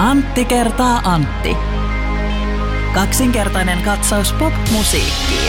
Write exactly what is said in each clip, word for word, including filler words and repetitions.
Antti kertaa Antti. Kaksinkertainen katsaus pop-musiikkiin.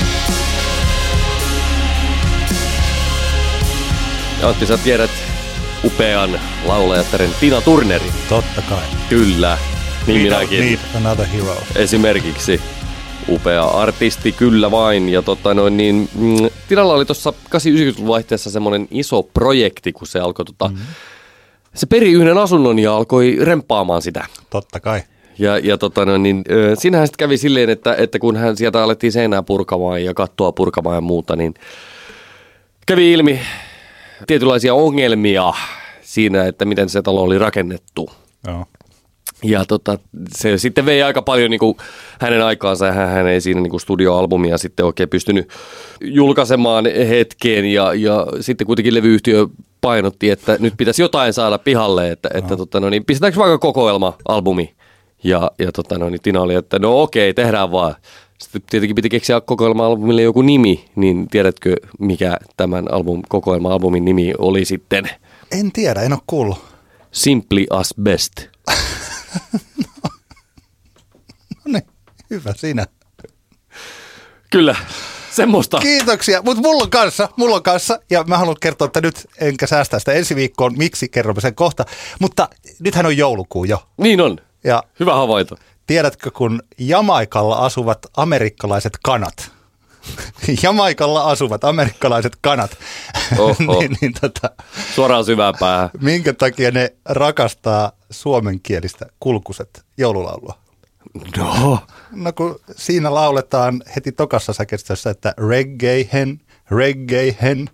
Ja Antti, sä tiedät upean laulajattaren Tina Turnerin. Totta kai. Kyllä, niin We minäkin. Need Another Hero. Esimerkiksi upea artisti, kyllä vain. Ja tota noin, niin, mm, Tinalla oli tuossa kahdeksankymmentä-yhdeksänkymmentäluvun vaihteessa semmoinen iso projekti, kun se alkoi tota, mm-hmm. se peri yhden asunnon ja alkoi remppaamaan sitä. Totta kai. Ja, ja tota noin, niin, äh, siinähän sitten kävi silleen, että, että kun hän sieltä alettiin seinää purkamaan ja kattoa purkamaan ja muuta, niin kävi ilmi tietynlaisia ongelmia siinä, että miten se talo oli rakennettu. Joo. Ja tota, se sitten vei aika paljon niin kuin hänen aikaansa ja hän, hän ei siinä niin kuin studioalbumia sitten oikein pystynyt julkaisemaan hetkeen. Ja, ja sitten kuitenkin levyyhtiö painotti, että nyt pitäisi jotain saada pihalle, että, no. että tota, no niin, pistetäänkö vaikka kokoelma-albumi? Ja, ja tota, no niin, Tina oli, että no okei, tehdään vaan. Sitten tietenkin piti keksiä kokoelma-albumille joku nimi, niin tiedätkö mikä tämän album, kokoelma-albumin nimi oli sitten? En tiedä, en ole kuullut. Simply as best. No, no niin, hyvä sinä. Kyllä, semmoista. Kiitoksia, mutta mulla on kanssa, mulla on kanssa, ja mä haluan kertoa, että nyt enkä säästää sitä ensi viikkoon, miksi kerromme sen kohta, mutta nythän on joulukuu jo. Niin on, ja hyvä havainto. Tiedätkö, kun Jamaikalla asuvat amerikkalaiset kanat, Jamaikalla asuvat amerikkalaiset kanat, niin, niin tota, suoraan syvään päähän. Minkä takia ne rakastaa suomenkielistä kulkuset joululaulua? No. No kun siinä lauletaan heti tokassa säkeistössä, että reggeihen, reggeihen.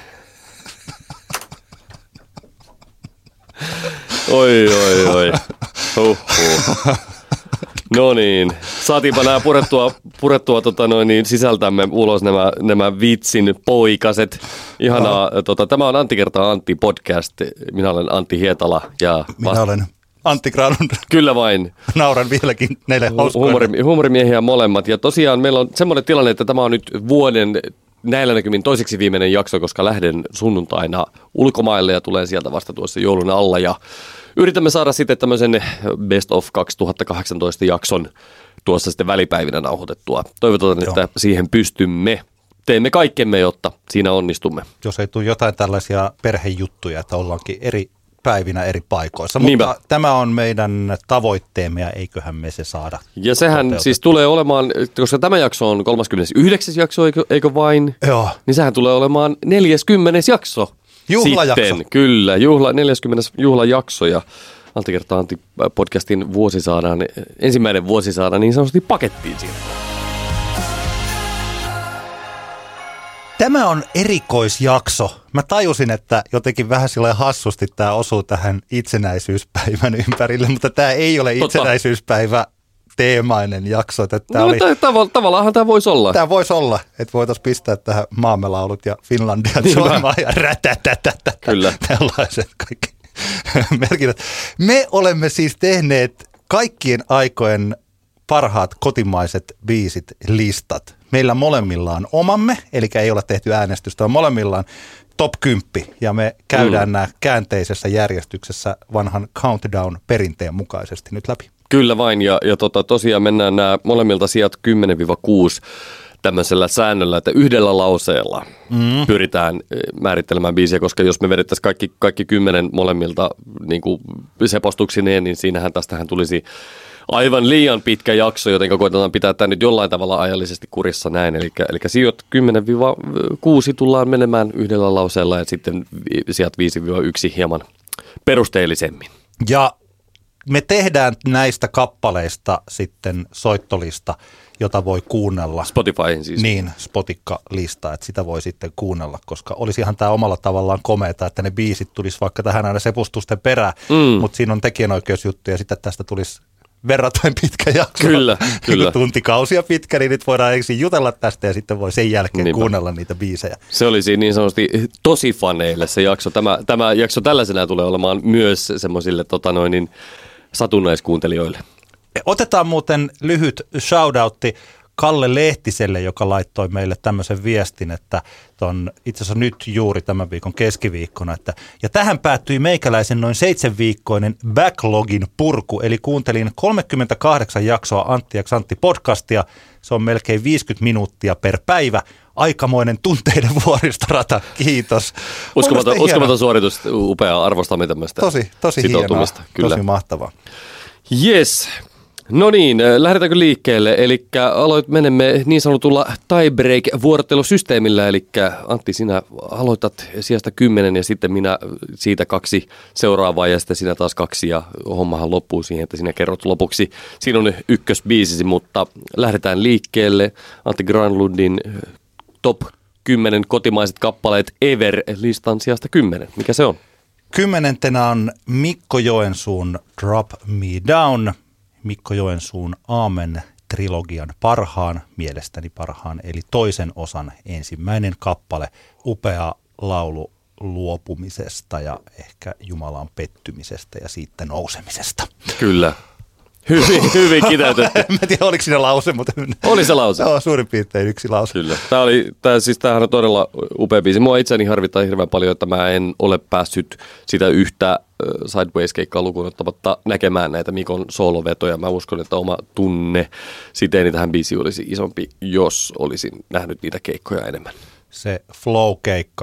Oi, oi, oi. Huhhuh. No niin, saatiinpa nämä purettua, purettua tota noin, niin sisältämme ulos nämä, nämä vitsin poikaset. Ihanaa, no. tota, tämä on Antti kertaa Antti podcast. Minä olen Antti Hietala. Ja Minä vasta- olen Antti Granlund. Kyllä vain. Nauran vieläkin näille hauskoille. Huumori, huumorimiehiä molemmat. Ja tosiaan meillä on semmoinen tilanne, että tämä on nyt vuoden näillä näkymin toiseksi viimeinen jakso, koska lähden sunnuntaina ulkomaille ja tulen sieltä vasta tuossa joulun alla. Ja yritämme saada sitten tämmöisen Best of kaksituhattakahdeksantoista jakson tuossa sitten välipäivinä nauhoitettua. Toivotaan, Joo. että siihen pystymme. Teemme kaikkemme, jotta siinä onnistumme. Jos ei tule jotain tällaisia perhejuttuja, että ollaankin eri päivinä eri paikoissa. Niinpä. Mutta tämä on meidän tavoitteemme ja eiköhän me se saada. Ja sehän siis tulee olemaan, koska tämä jakso on kolmaskymmenesyhdeksäs jakso, eikö, eikö vain? Joo. Niin sehän tulee olemaan neljäskymmenes jakso. Juhlajakso. Sitten, kyllä, juhla, neljäskymmenes juhlajakso ja Antti kertaa Antti podcastin vuosi saadaan, ensimmäinen vuosi saadaan niin sanotusti pakettiin siinä. Tämä on erikoisjakso. Mä tajusin, että jotenkin vähän silleen hassusti tämä osuu tähän itsenäisyyspäivän ympärille, mutta tämä ei ole itsenäisyyspäivä teemainen jakso. No, oli, tav- tavallaan tämä voisi olla. Tämä voisi olla, että voitaisiin pistää tähän maamelaulut ja Finlandia niin soimaan ja rätätätätä. Kyllä. Tällaiset kaikki merkinnät. Me olemme siis tehneet kaikkien aikojen parhaat kotimaiset biisit listat. Meillä molemmilla on omamme, eli ei olla tehty äänestystä, vaan molemmilla on top kymmenen. Ja me käydään mm. nämä käänteisessä järjestyksessä vanhan countdown-perinteen mukaisesti nyt läpi. Kyllä vain, ja, ja tota, tosiaan mennään nämä molemmilta sijat kymmenen kuusi tämmöisellä säännöllä, että yhdellä lauseella mm. pyritään määrittelemään biisiä, koska jos me vedettäisiin kaikki, kaikki kymmenen molemmilta niin kuin sepostuksineen, niin siinähän tästähän tulisi aivan liian pitkä jakso, joten koitetaan pitää tämä nyt jollain tavalla ajallisesti kurissa näin. Eli, eli sijat kymmenen kuusi tullaan menemään yhdellä lauseella ja sitten sijat viisi yksi hieman perusteellisemmin. Ja me tehdään näistä kappaleista sitten soittolista, jota voi kuunnella. Spotifyin siis. Niin, Spotikka-lista, että sitä voi sitten kuunnella, koska olisihan tämä omalla tavallaan komeata, että ne biisit tulisi vaikka tähän aina sepustusten perään, mm. mutta siinä on tekijänoikeusjuttu ja sitten tästä tulisi verrattain pitkä jakso. Kyllä, kyllä. Tuntikausia pitkä, niin nyt voidaan ensin jutella tästä ja sitten voi sen jälkeen Niinpä. kuunnella niitä biisejä. Se olisi niin sanotusti tosi faneille se jakso. Tämä, tämä jakso tällaisena tulee olemaan myös semmoisille tota noin, niin satunnaiskuuntelijoille. Otetaan muuten lyhyt shoutoutti Kalle Lehtiselle, joka laittoi meille tämmöisen viestin, että on itse asiassa nyt juuri tämän viikon keskiviikkona, että ja tähän päättyi meikäläisen noin seitsemänviikkoinen backlogin purku, eli kuuntelin kolmekymmentäkahdeksan jaksoa Antti x Antti podcastia, se on melkein viisikymmentä minuuttia per päivä, aikamoinen tunteiden vuoristorata, kiitos. Uskomaton, uskomaton suoritus, upea, arvostamme tämmöistä tosi, tosi sitoutumista. Hienoa, Kyllä. Tosi mahtavaa. Yes. No niin, lähdetäänkö liikkeelle? Eli aloit, menemme niin sanotulla tiebreak-vuorottelusysteemillä, eli Antti, sinä aloitat sijasta kymmenen ja sitten minä siitä kaksi seuraavaa ja sitten sinä taas kaksi ja hommahan loppuu siihen, että sinä kerrot lopuksi sinun ykkösbiisisi, mutta lähdetään liikkeelle. Antti Granlundin top kymmenen kotimaiset kappaleet Ever-listan sijasta kymmenen. Mikä se on? Kymmenentenä on Mikko Joensuun Drop Me Down. Mikko Joensuun Aamen-trilogian parhaan, mielestäni parhaan, eli toisen osan ensimmäinen kappale. Upea laulu luopumisesta ja ehkä Jumalan pettymisestä ja siitä nousemisesta. Kyllä. Hyvin, hyvin kiteytetty. En tiedä, oliko siinä lause, mutta... Oli se lause. Joo, suurin piirtein yksi lause. Kyllä. Tämä oli, tämä, siis tämähän on todella upea biisi. Mua itseäni harvittaa hirveän paljon, että mä en ole päässyt sitä yhtä Sideways-keikkaa lukuun ottamatta näkemään näitä Mikon soolovetoja. Mä uskon, että oma tunne siteeni tähän biisiin olisi isompi, jos olisin nähnyt niitä keikkoja enemmän. Se Flow-keikka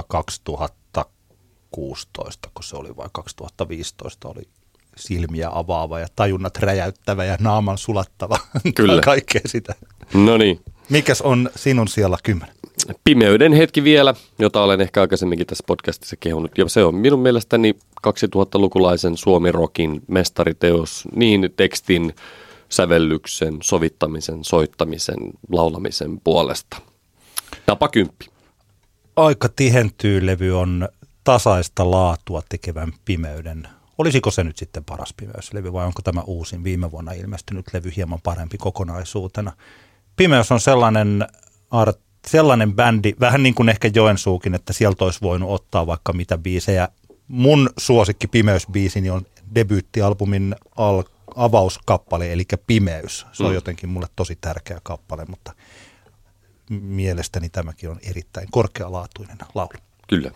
kaksituhattakuusitoista, kun se oli vai kaksituhattaviisitoista, oli silmiä avaava ja tajunnat räjäyttävä ja naaman sulattava. Kyllä. Kaikkea sitä. No niin. Mikäs on sinun siellä kymmenen? Pimeyden hetki vielä, jota olen ehkä aikaisemminkin tässä podcastissa kehunut. Ja se on minun mielestäni kaksituhattalukulaisen suomi-rockin mestariteos niin tekstin, sävellyksen, sovittamisen, soittamisen, laulamisen puolesta. Tapa kymppi. Aika tihentyy levy on tasaista laatua tekevän pimeyden. Olisiko se nyt sitten paras pimeyslevy vai onko tämä uusin viime vuonna ilmestynyt levy hieman parempi kokonaisuutena? Pimeys on sellainen, art, sellainen bändi, vähän niin kuin ehkä Joensuukin, että sieltä olisi voinut ottaa vaikka mitä biisejä. Mun suosikki Pimeys-biisini on debyyttialbumin al- avauskappale, eli Pimeys. Se on mm. jotenkin mulle tosi tärkeä kappale, mutta mielestäni tämäkin on erittäin korkealaatuinen laulu. Kyllä.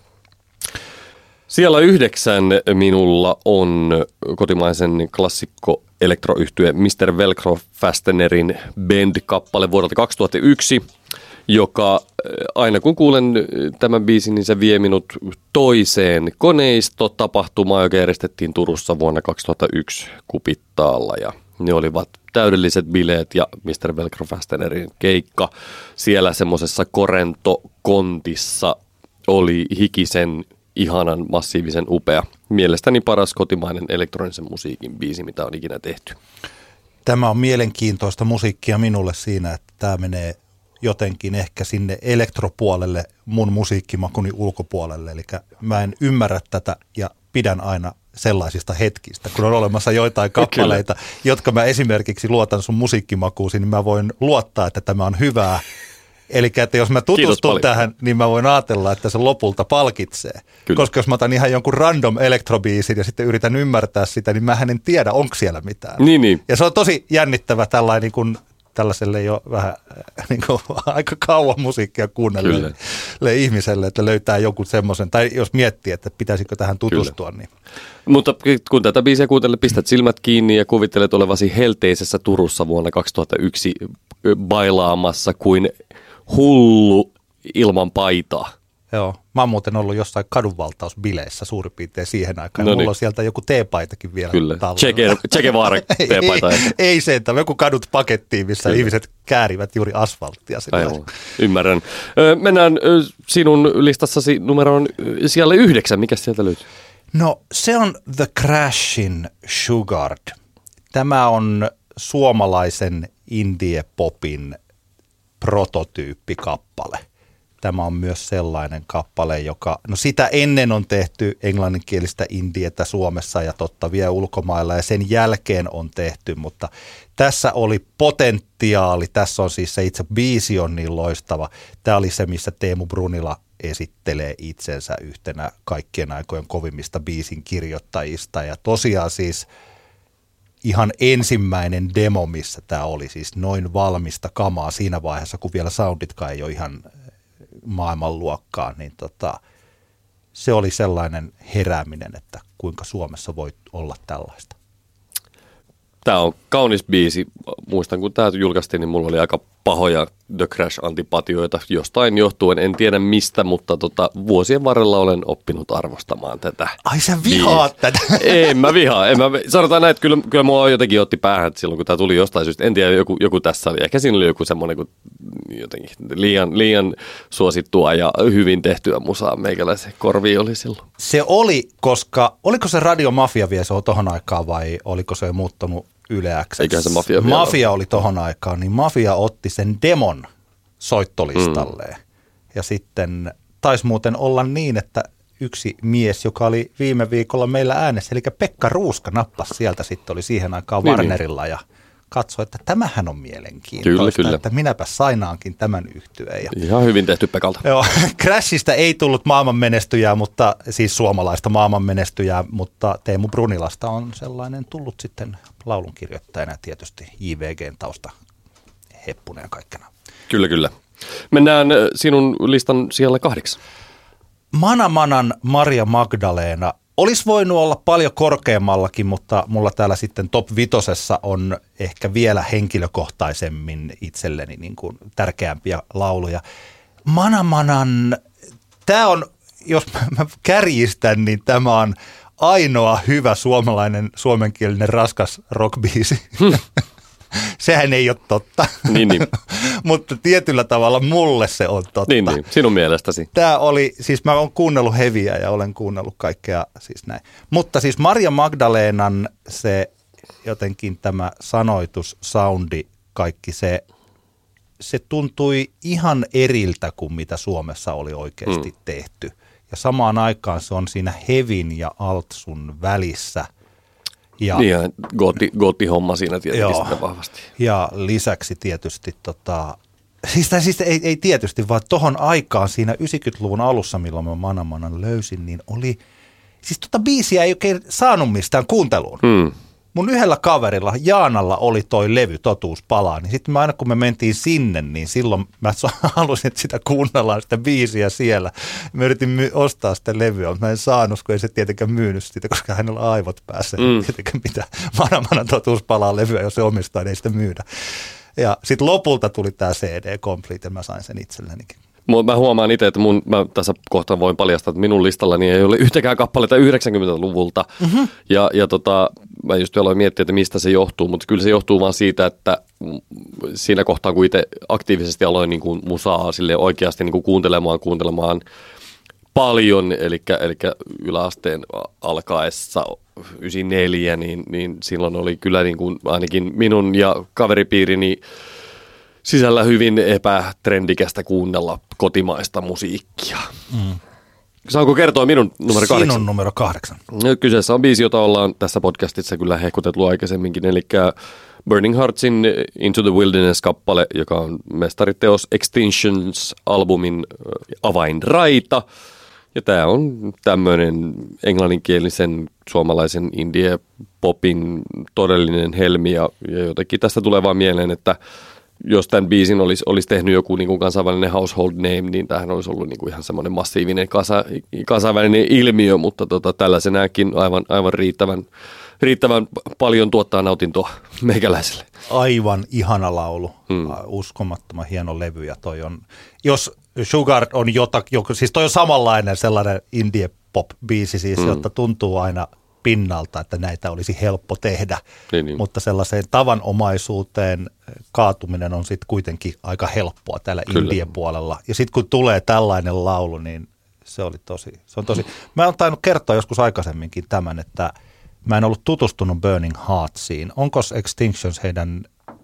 Siellä yhdeksän minulla on kotimaisen klassikko elektroyhtye mister Velcro Fastenerin Bend-kappale vuodelta kaksituhattayksi, joka aina kun kuulen tämän biisin, niin se vie minut toiseen koneistotapahtumaan, joka järjestettiin Turussa vuonna kaksituhattayksi Kupittaalla ja ne olivat täydelliset bileet ja mister Velcro Fastenerin keikka siellä semmoisessa Korento-kontissa oli hikisen ihanan, massiivisen upea. Mielestäni paras kotimainen elektronisen musiikin biisi, mitä on ikinä tehty. Tämä on mielenkiintoista musiikkia minulle siinä, että tämä menee jotenkin ehkä sinne elektropuolelle mun musiikkimakuni ulkopuolelle. Eli mä en ymmärrä tätä ja pidän aina sellaisista hetkistä, kun on olemassa joitain kappaleita, Kyllä. jotka mä esimerkiksi luotan sun musiikkimakuusi, niin mä voin luottaa, että tämä on hyvää. Eli että jos mä tutustun tähän, niin mä voin ajatella, että se lopulta palkitsee. Kyllä. Koska jos mä otan ihan jonkun random elektrobiisin ja sitten yritän ymmärtää sitä, niin mä en tiedä, onko siellä mitään. Niin, niin. Ja se on tosi jännittävä tällainen niin kuin, tällaiselle jo vähän niin kuin, aika kauan musiikkia kuunnelle ihmiselle, että löytää jonkun semmoisen, tai jos miettii, että pitäisikö tähän tutustua. Niin. Mutta kun tätä biisiä kuuntelet, pistät silmät kiinni ja kuvittelet olevasi helteisessä Turussa vuonna kaksituhattayksi bailaamassa kuin hullu ilman paitaa. Joo, mä oon muuten ollut jossain kadunvaltausbileissä suurin piirtein siihen aikaan. No niin. Mulla on sieltä joku teepaitakin vielä. Kyllä, Che Guevara teepaita. ei, ei se, että joku kadut pakettiin, missä Kyllä. ihmiset käärivät juuri asfalttia. Aivan, ymmärrän. Mennään sinun listassasi numeroon siellä yhdeksän. Mikä sieltä löytyy? No se on The Crashin Sugared. Tämä on suomalaisen indie-popin prototyyppikappale. Tämä on myös sellainen kappale, joka, no sitä ennen on tehty englanninkielistä indietä Suomessa ja totta vie ulkomailla ja sen jälkeen on tehty, mutta tässä oli potentiaali, tässä on siis se itse biisi on niin loistava. Tämä oli se, missä Teemu Brunila esittelee itsensä yhtenä kaikkien aikojen kovimmista biisin kirjoittajista ja tosiaan siis ihan ensimmäinen demo, missä tämä oli siis noin valmista kamaa siinä vaiheessa, kun vielä sounditkaan ei ole ihan maailmanluokkaa, niin tota, se oli sellainen herääminen, että kuinka Suomessa voi olla tällaista. Tämä on kaunis biisi. Muistan, kun tämä julkaistiin, niin mulla oli aika pahoja The Crash-antipatioita jostain johtuen. En tiedä mistä, mutta tota, vuosien varrella olen oppinut arvostamaan tätä. Ai sä vihaat tätä? En mä vihaa. En mä, sanotaan näin, että kyllä, kyllä mua jotenkin otti päähän silloin, kun tämä tuli jostain syystä. En tiedä, joku, joku tässä oli. Ehkä siinä oli joku semmoinen kuin jotenkin liian, liian suosittua ja hyvin tehtyä musaa meikäläisen korviin oli silloin. Se oli, koska oliko se Radio Mafia vielä se on tohon aikaan vai oliko se muuttunut Yle X? Eiköhän se Mafia vielä Mafia oli tohon aikaan, niin Mafia otti sen demon soittolistalleen. Mm. Ja sitten taisi muuten olla niin, että yksi mies, joka oli viime viikolla meillä äänessä, eli Pekka Ruuska nappasi sieltä, sitten oli siihen aikaan niin, Warnerilla ja katsoi, että tämähän on mielenkiintoista, kyllä, kyllä. Että minäpä sainaankin tämän yhtyeen. Ja ihan hyvin tehty Pekalta. Joo, Crashista ei tullut maailman menestyjää, mutta siis suomalaista maailman menestyjää, mutta Teemu Brunilasta on sellainen tullut sitten laulunkirjoittajana tietysti J V G:n tausta heppuneen kaikkena. Kyllä, kyllä. Mennään sinun listan siellä kahdeksan. Mana Manan Maria Magdalena olisi voinut olla paljon korkeammallakin, mutta mulla täällä sitten top vitosessa on ehkä vielä henkilökohtaisemmin itselleni niin kuin tärkeämpiä lauluja. Mana Manan, tämä on, jos mä kärjistän, niin tämä on ainoa hyvä suomalainen suomenkielinen raskas rockbiisi. Hmm. Sehän ei ole totta, niin, niin. mutta tietyllä tavalla mulle se on totta. Niin, niin. Sinun mielestäsi. Tämä oli, siis mä oon kuunnellut heviä ja olen kuunnellut kaikkea siis näin. Mutta siis Maria Magdalenan se jotenkin tämä sanoitus, soundi, kaikki se, se tuntui ihan eriltä kuin mitä Suomessa oli oikeasti mm. tehty. Ja samaan aikaan se on siinä hevin ja altsun välissä. Ja, niin ja gooti, gooti-homma siinä tietenkin sitten vahvasti. Ja lisäksi tietysti, tota, siis, siis ei, ei tietysti, vaan tohon aikaan siinä yhdeksänkymmentäluvun alussa, milloin mä Mana Manan löysin, niin oli, siis tota biisiä ei oikein saanut mistään kuunteluun. Hmm. Mun yhdellä kaverilla, Jaanalla, oli toi levy Totuus palaa, niin sitten aina kun me mentiin sinne, niin silloin mä halusin, että sitä kuunnellaan sitä biisiä siellä. Mä yritin my- ostaa sitä levyä, mutta mä en saanut, kun ei se tietenkään myynyt sitä, koska hänellä on aivot päässä. Mm. Tietenkään pitää Mana Manan Totuus palaa levyä, jos se omistaa, niin ei sitä myydä. Ja sitten lopulta tuli tämä C D Complete, ja mä sain sen itsellenikin. Mä huomaan itse, että mun, mä tässä kohtaa voin paljastaa, että minun listallani ei ole yhtäkään kappaletta yhdeksänkymmentäluvulta. Mm-hmm. Ja, ja tota, mä just aloin miettiä, että mistä se johtuu, mutta kyllä se johtuu vaan siitä, että siinä kohtaa, kun itse aktiivisesti aloin niin kuin musaa sille oikeasti niin kuin kuuntelemaan, kuuntelemaan paljon, eli, eli yläasteen alkaessa yhdeksänkymmentäneljä, niin, niin silloin oli kyllä niin kuin ainakin minun ja kaveripiirini sisällä hyvin epätrendikästä kuunnella kotimaista musiikkia. Mm. Saanko kertoa minun numero kahdeksan? Sinun numero kahdeksan. Kyseessä on biisi, jota ollaan tässä podcastissa kyllä hehkutettu aikaisemminkin, eli Burning Heartsin Into the Wilderness-kappale, joka on mestariteos Extinctions-albumin avainraita. Ja tämä on tämmöinen englanninkielisen suomalaisen indie-popin todellinen helmi, ja, ja jotenkin tästä tulee vaan mieleen, että jos tämän biisin olisi, olisi tehnyt joku niin kuin kansainvälinen household name, niin tämähän olisi ollut niin kuin ihan semmoinen massiivinen kasa, kansainvälinen ilmiö, mutta tota, tällaisenäkin aivan, aivan riittävän, riittävän paljon tuottaa nautintoa meikäläiselle. Aivan ihana laulu, hmm. uskomattoman hieno levy, ja toi on, jos Sugar on jotakin, siis toi on samanlainen sellainen indie-pop-biisi siis, hmm. jotta tuntuu aina pinnalta, että näitä olisi helppo tehdä, niin, niin. Mutta sellaiseen tavanomaisuuteen kaatuminen on sitten kuitenkin aika helppoa täällä indien puolella. Ja sitten kun tulee tällainen laulu, niin se oli tosi, se on tosi. Mä oon tainnut kertoa joskus aikaisemminkin tämän, että mä en ollut tutustunut Burning Heartsiin. Onko Extinctions heidän,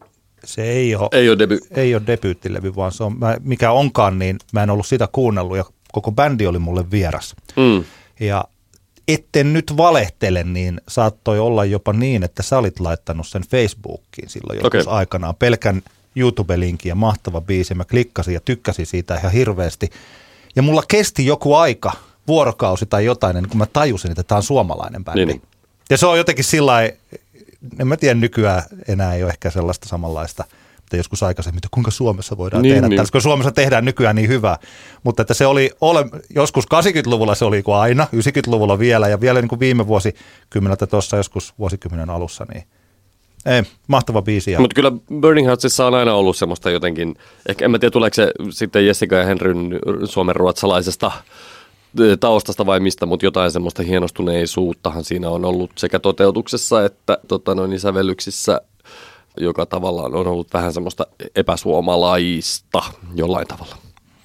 se ei ole, ei ole, debu- ei ole debyyttilevy, vaan se on, mikä onkaan, niin mä en ollut sitä kuunnellut ja koko bändi oli mulle vieras. Mm. Ja etten nyt valehtele, niin saattoi olla jopa niin, että sä olit laittanut sen Facebookiin silloin joskus okay. aikanaan. Pelkän YouTube-linkin ja mahtava biisi. Mä klikkasin ja tykkäsin siitä ihan hirveästi. Ja mulla kesti joku aika, vuorokausi tai jotain, niin kun mä tajusin, että tämä on suomalainen bändi. Niin. Ja se on jotenkin sillai, en mä tiedä, nykyään enää ei ole ehkä sellaista samanlaista, että joskus aikaisemmin, että kuinka Suomessa voidaan niin, tehdä. Niin. Koska Suomessa tehdään nykyään niin hyvää, mutta että se oli, ole, joskus kahdeksankymmentäluvulla se oli kuin aina, yhdeksänkymmentäluvulla vielä ja vielä niin kuin viime vuosikymmeneltä tuossa joskus vuosikymmenen alussa, niin ei, mahtava biisi. Mutta kyllä Burning Heartsissa on aina ollut semmoista jotenkin, ehkä en mä tiedä tuleeko se sitten Jessica ja Henryn suomen ruotsalaisesta taustasta vai mistä, mutta jotain semmoista hienostuneisuuttahan siinä on ollut sekä toteutuksessa että tota, noin sävellyksissä, joka tavallaan on ollut vähän semmoista epäsuomalaista jollain tavalla.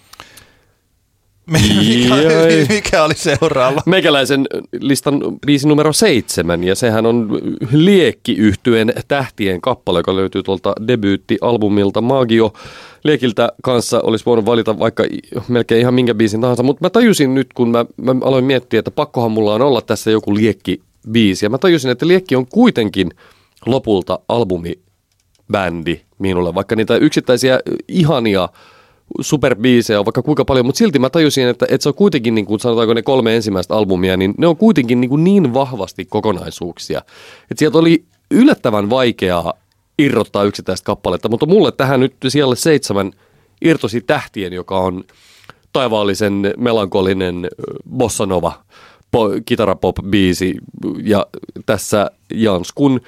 Mikä, mikä oli seuraava? Meikäläisen listan biisi numero seitsemän, ja sehän on Liekki-yhtyeen Tähtien kappale, joka löytyy tuolta debyyttialbumilta Magio. Liekiltä kanssa olisi voinut valita vaikka melkein ihan minkä biisin tahansa, mutta mä tajusin nyt, kun mä, mä aloin miettiä, että pakkohan mulla on olla tässä joku Liekki-biisi, ja mä tajusin, että Liekki on kuitenkin lopulta albumibändi minulle, vaikka niitä yksittäisiä ihania superbiisejä on vaikka kuinka paljon, mutta silti mä tajusin, että, että se on kuitenkin, niin kuin sanotaanko ne kolme ensimmäistä albumia, niin ne on kuitenkin niin, kuin niin vahvasti kokonaisuuksia. Että sieltä oli yllättävän vaikeaa irrottaa yksittäistä kappaletta, mutta mulle tähän nyt siellä seitsemän irtosi Tähtien, joka on taivaallisen melankolinen bossa nova po- kitarapop-biisi, ja tässä Janskun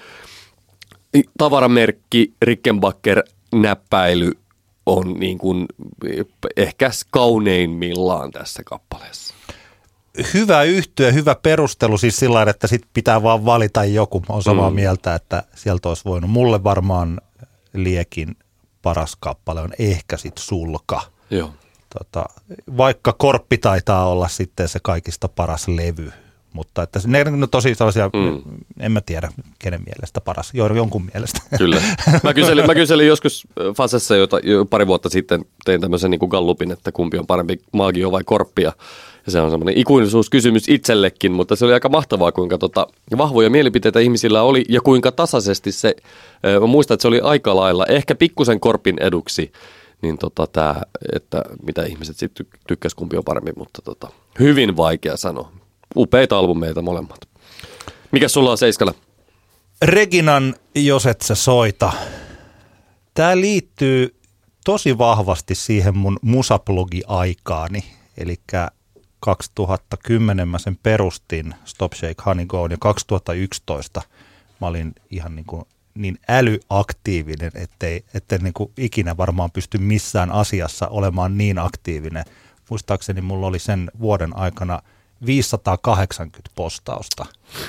tavaramerkki Rickenbacker näppäily on niin kuin ehkä kauneimmillaan tässä kappaleessa. Hyvä yhtyä, hyvä perustelu siis sillä tavalla, että sit pitää vaan valita joku. Mä oon samaa mm. mieltä, että sieltä olisi voinut. Mulle varmaan Liekin paras kappale on ehkä sit Sulka. Joo. Tota, vaikka Korppi taitaa olla sitten se kaikista paras levy. Mutta että ne on tosi sellaisia, mm. en mä tiedä kenen mielestä paras, jonkun mielestä. Kyllä. Mä kyselin, mä kyselin joskus Fasessa jota, jo pari vuotta sitten, tein tämmöisen niin kuin gallupin, että kumpi on parempi, Magio vai Korppia. Ja se on semmoinen ikuisuuskysymys itsellekin, mutta se oli aika mahtavaa, kuinka tota, vahvoja mielipiteitä ihmisillä oli ja kuinka tasaisesti se, mä muistan, että se oli aika lailla, ehkä pikkusen Korpin eduksi, niin tota tämä, että mitä ihmiset sitten tykkäs, kumpi on parempi, mutta tota, hyvin vaikea sanoa. Upeita albumeita molemmat. Mikä sulla on seiskalla? Reginan Jos et sä soita. Tämä liittyy tosi vahvasti siihen mun musablogi-aikaani. Eli kaksituhattakymmenen mä sen perustin, Stop Shake Honey Go, ja kaksituhattayksitoista mä olin ihan niin, kuin niin älyaktiivinen, ettei, ettei niin kuin ikinä varmaan pysty missään asiassa olemaan niin aktiivinen. Muistaakseni mulla oli sen vuoden aikana viisisataakahdeksankymmentä postausta.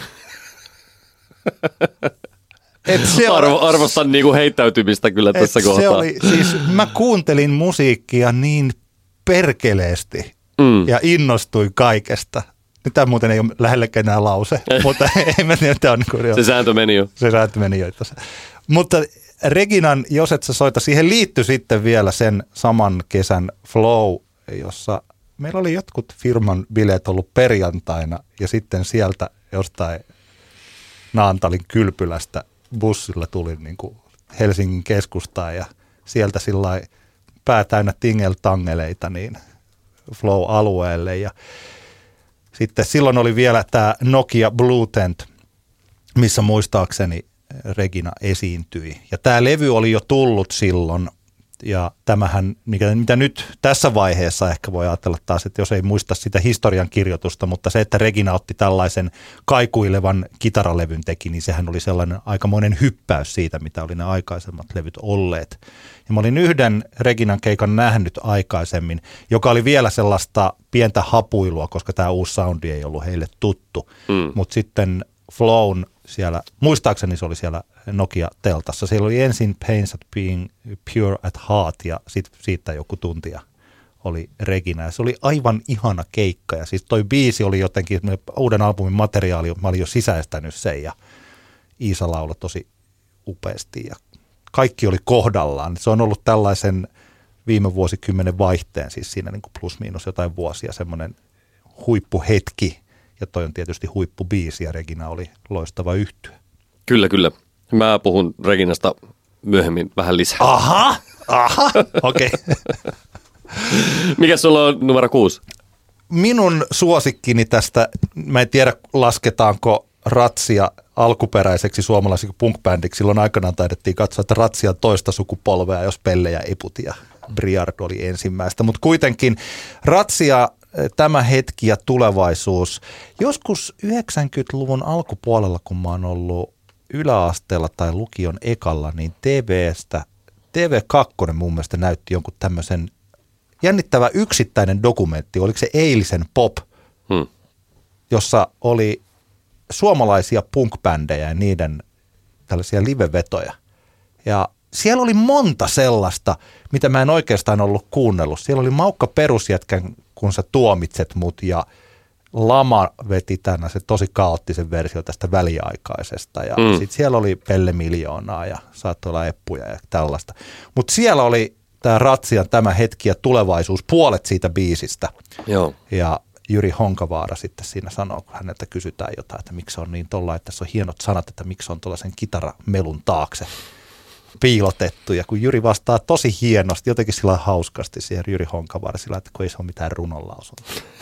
Et se Arvo, arvostan niinku heittäytymistä kyllä tässä kohtaa. Se oli, siis mä kuuntelin musiikkia niin perkeleesti mm. ja innostuin kaikesta. Nyt tämä muuten ei ole lähellekään enää lause, mutta ei mä tiedä, on niin jo. Se sääntö meni jo. Se sääntö meni jo. Mutta Reginan Jos et sä soita, siihen liittyi sitten vielä sen saman kesän Flow, jossa meillä oli jotkut firman bileet ollut perjantaina ja sitten sieltä jostain Naantalin kylpylästä bussilla tulin niin kuin Helsingin keskustaan ja sieltä sillai pää täynnä tingeltangeleita niin Flow-alueelle. Ja sitten silloin oli vielä tämä Nokia Blue Tent, missä muistaakseni Regina esiintyi. Ja tämä levy oli jo tullut silloin. Ja tämähän, mikä, mitä nyt tässä vaiheessa ehkä voi ajatella taas, että jos ei muista sitä historian kirjoitusta, mutta se, että Regina otti tällaisen kaikuilevan kitaralevyn teki, niin sehän oli sellainen aikamoinen hyppäys siitä, mitä oli ne aikaisemmat levyt olleet. Ja mä olin yhden Reginan keikan nähnyt aikaisemmin, joka oli vielä sellaista pientä hapuilua, koska tämä uusi soundi ei ollut heille tuttu. Mm. Mutta sitten Flown siellä, muistaakseni se oli siellä Nokia-teltassa. Siellä oli ensin Pains at Being Pure at Heart ja sit siitä joku tuntia oli Regina. Ja se oli aivan ihana keikka ja siis toi biisi oli jotenkin uuden albumin materiaali, mä olin jo sisäistänyt sen ja Iisa lauloi tosi upeasti ja kaikki oli kohdallaan. Se on ollut tällaisen viime vuosikymmenen vaihteen, siis siinä niin kuin plus miinus jotain vuosia, semmoinen huippuhetki. Ja toi on tietysti huippubiisi ja Regina oli loistava yhtye. Kyllä, kyllä. Mä puhun Reginasta myöhemmin vähän lisää. Aha, aha, okei. Okay. Mikä sulla on numero kuusi? Minun suosikkini tästä, mä en tiedä lasketaanko Ratsia alkuperäiseksi suomalaiseksi punk-bändiksi. Silloin aikanaan taidettiin katsoa, että Ratsia on toista sukupolvea, jos Pelle ja Eput ja Briard oli ensimmäistä. Mutta kuitenkin Ratsia, tämä hetki ja tulevaisuus. Joskus yhdeksänkymmentäluvun alkupuolella, kun mä oon ollut yläasteella tai lukion ekalla, niin T V:stä, T V kaksi mun mielestä näytti jonkun tämmöisen jännittävä yksittäinen dokumentti. Oliko se Eilisen Pop, hmm. jossa oli suomalaisia punk-bändejä ja niiden tällaisia live-vetoja. Ja siellä oli monta sellaista, mitä mä en oikeastaan ollut kuunnellut. Siellä oli Maukka Perusjätkän, kun sä tuomitset mut, ja Lama veti tänä se tosi kaoottisen versio tästä väliaikaisesta. Ja mm. sitten siellä oli Pelle Miljoonaa ja saattoi olla Eppuja ja tällaista. Mutta siellä oli tämä Ratsian tämä hetki ja tulevaisuus, puolet siitä biisistä. Joo. Ja Jyri Honkavaara sitten siinä sanoo, kun häneltä kysytään jotain, että miksi on niin tolla, että tässä on hienot sanat, että miksi on tuollaisen kitaramelun taakse piilotettu. Ja kun Jyri vastaa tosi hienosti, jotenkin sillä hauskasti siihen Jyri Honkavaara sillä, että kun ei se ole mitään runonlausunta.